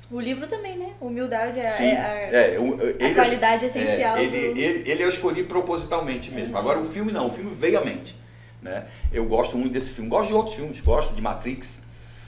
O livro também, né? Humildade Sim. é a qualidade essencial. Ele eu escolhi propositalmente mesmo. Agora o filme não, o filme veio à mente. Né? Eu gosto muito desse filme, gosto de outros filmes, gosto de Matrix,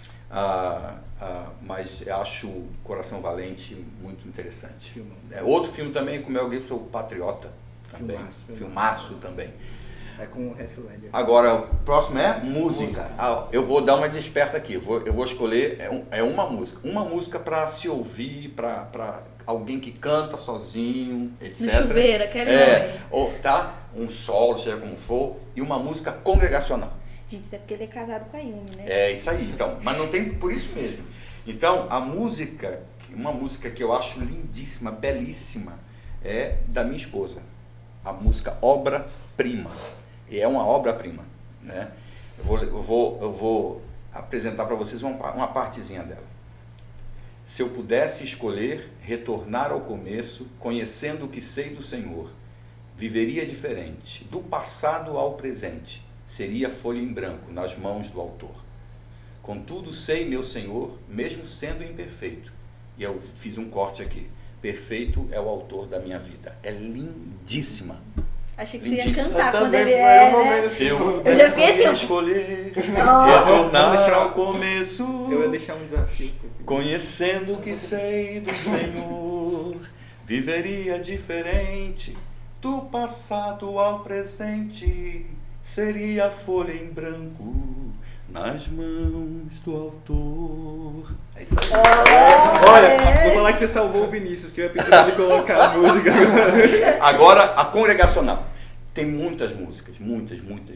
mas eu acho Coração Valente muito interessante. Outro filme também com o Mel Gibson, O Patriota, também, filmaço também. É com o Heath Ledger. Agora, o próximo é música. Eu vou dar uma desperta aqui. Eu vou escolher uma música. Uma música para se ouvir, para alguém que canta sozinho, etc. No chuveiro, aquele ou tá? Um solo, seja como for. E uma música congregacional. Gente, isso é porque ele é casado com a Yumi, né? É isso aí, então. Mas não tem por isso mesmo. Então, uma música que eu acho lindíssima, belíssima, é da minha esposa. A música Obra Prima. E é uma obra-prima, né? Eu vou apresentar para vocês uma partezinha dela. Se eu pudesse escolher retornar ao começo, conhecendo o que sei do Senhor, viveria diferente, do passado ao presente, seria folha em branco nas mãos do autor. Contudo sei, meu Senhor, mesmo sendo imperfeito, e eu fiz um corte aqui, perfeito é o autor da minha vida. É lindíssima. Achei que você ia cantar quando ele Se eu já vi assim, escolher retornar ao começo, eu ia deixar um desafio. conhecendo o que sei do Senhor, viveria diferente, do passado ao presente, seria folha em branco nas mãos do autor. É isso aí. Olha, vou falar que você salvou o Vinícius, que eu ia pedir pra ele colocar a música. Agora, a congregacional. Tem muitas músicas, muitas.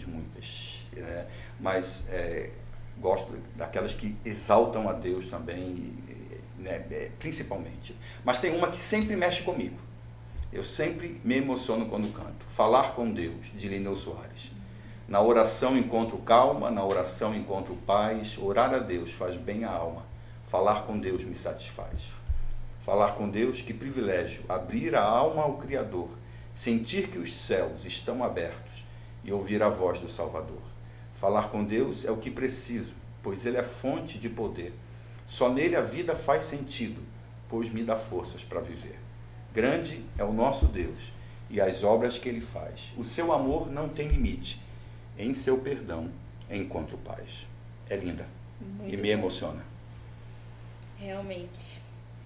Mas gosto daquelas que exaltam a Deus também, né, principalmente. Mas tem uma que sempre mexe comigo. Eu sempre me emociono quando canto. Falar com Deus, de Lineu Soares. Na oração encontro calma, na oração encontro paz. Orar a Deus faz bem à alma. Falar com Deus me satisfaz. Falar com Deus, que privilégio, abrir a alma ao Criador, sentir que os céus estão abertos e ouvir a voz do Salvador. Falar com Deus é o que preciso, pois Ele é fonte de poder. Só nele a vida faz sentido, pois me dá forças para viver. Grande é o nosso Deus e as obras que Ele faz. O seu amor não tem limite. Em seu perdão encontro paz. É linda e me emociona. Realmente.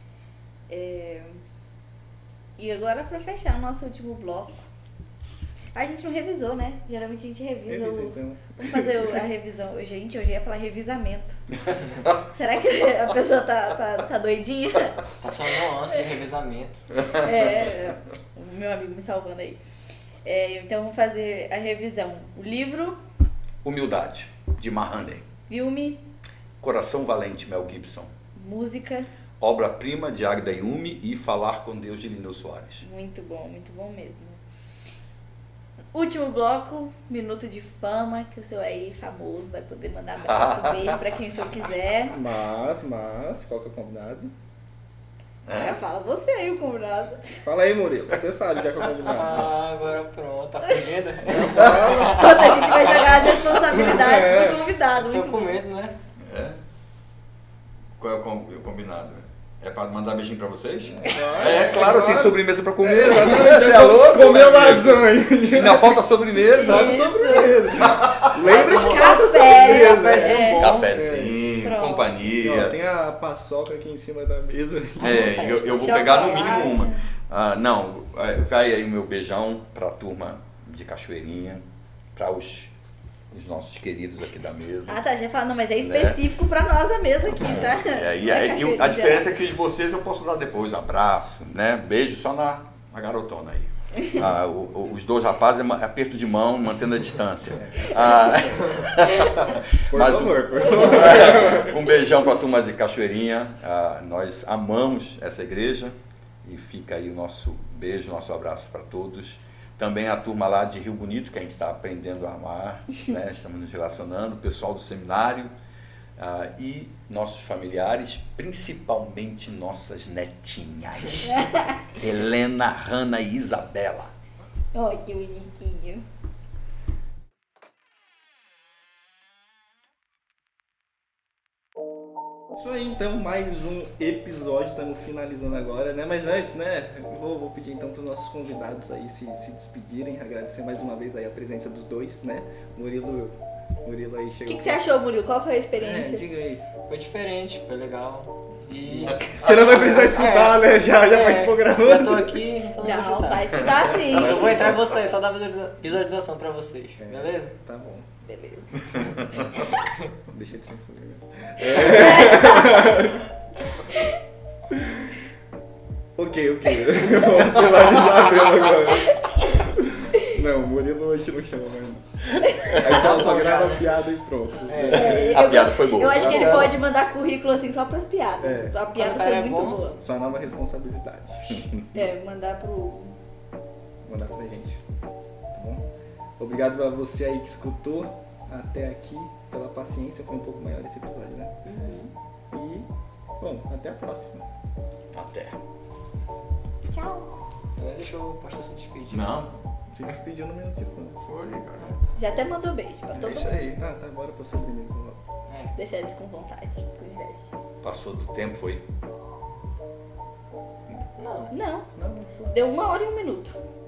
E agora, para fechar o nosso último bloco, a gente não revisou, né? Geralmente a gente revisa então. Vamos fazer a revisão. Gente, hoje ia falar revisamento. Será que a pessoa tá doidinha? Tá só nossa, revisamento. O meu amigo me salvando aí. Então vamos fazer a revisão. O livro... Humildade, de Mahaney. Filme... Coração Valente, Mel Gibson. Música... Obra-prima, de Agda Yumi, e Falar com Deus, de Lineu Soares. Muito bom mesmo. Último bloco, Minuto de Fama, que o seu aí famoso vai poder mandar abraço, beijo pra quem o senhor quiser. Mas, qual que é o combinado? Fala você aí o combinado. Fala aí, Murilo, você sabe já que é o combinado. Agora pronto, tá fugindo? Quando a gente vai jogar as responsabilidades pro convidado. Tô com medo, né? Qual é o combinado? É pra mandar beijinho pra vocês? Claro, tem sobremesa pra comer. Você é louco? Comeu lasanha. Ainda falta sobremesa. Lembra que Café. Cafezinho, Pronto. companhia. Tem a paçoca aqui em cima da mesa. Eu vou pegar no mínimo uma. Vai aí o meu beijão pra turma de Cachoeirinha, para os nossos queridos aqui da mesa. Tá, já falando, mas é específico pra nós a mesa aqui, tá? A diferença é que vocês eu posso dar depois abraço, né? Beijo só na garotona aí. Os dois rapazes, aperto de mão, mantendo a distância. Por favor. Um beijão para a turma de Cachoeirinha. Nós amamos essa igreja e fica aí o nosso beijo, nosso abraço para todos. Também a turma lá de Rio Bonito, que a gente está aprendendo a amar, né? Estamos nos relacionando, o pessoal do seminário e nossos familiares, principalmente nossas netinhas, Helena, Hanna e Isabela. Ai, que bonitinho. Isso aí, então, mais um episódio, estamos finalizando agora, né? Mas antes, né, vou pedir então para os nossos convidados aí se despedirem, agradecer mais uma vez aí a presença dos dois, né? Murilo aí chegou. O que você achou, Murilo? Qual foi a experiência? Diga aí. Foi diferente, foi legal. E... Você não vai precisar escutar, né? Já participou gravando. Já tô aqui, então Não, vai escutar sim. Eu vou entrar em vocês, só dar visualização pra vocês, beleza? Tá bom. Beleza. Deixa de censurar. Ok. Vamos finalizar mesmo agora. Não, o Murilo a gente não chama mais. Aí só grava a piada e pronto. A piada foi boa. Eu acho que ele pode mandar currículo assim só pras piadas. É. A piada Quando o cara foi é muito bom. boa. Sua nova responsabilidade. Mandar Mandar pra gente. Tá bom? Obrigado a você aí que escutou até aqui, pela paciência. Foi um pouco maior esse episódio, né? E, bom, até a próxima. Até. Tchau. Mas deixa o pastor se despedir. Não, Se despediu no minuto de pontos. foi, cara. Já até mandou beijo pra todo É isso mundo. aí. Tá, bora pra sobremesa logo. Deixa eles com vontade, com inveja. Passou do tempo, foi. Não. Não, deu 1 hora e 1 minuto.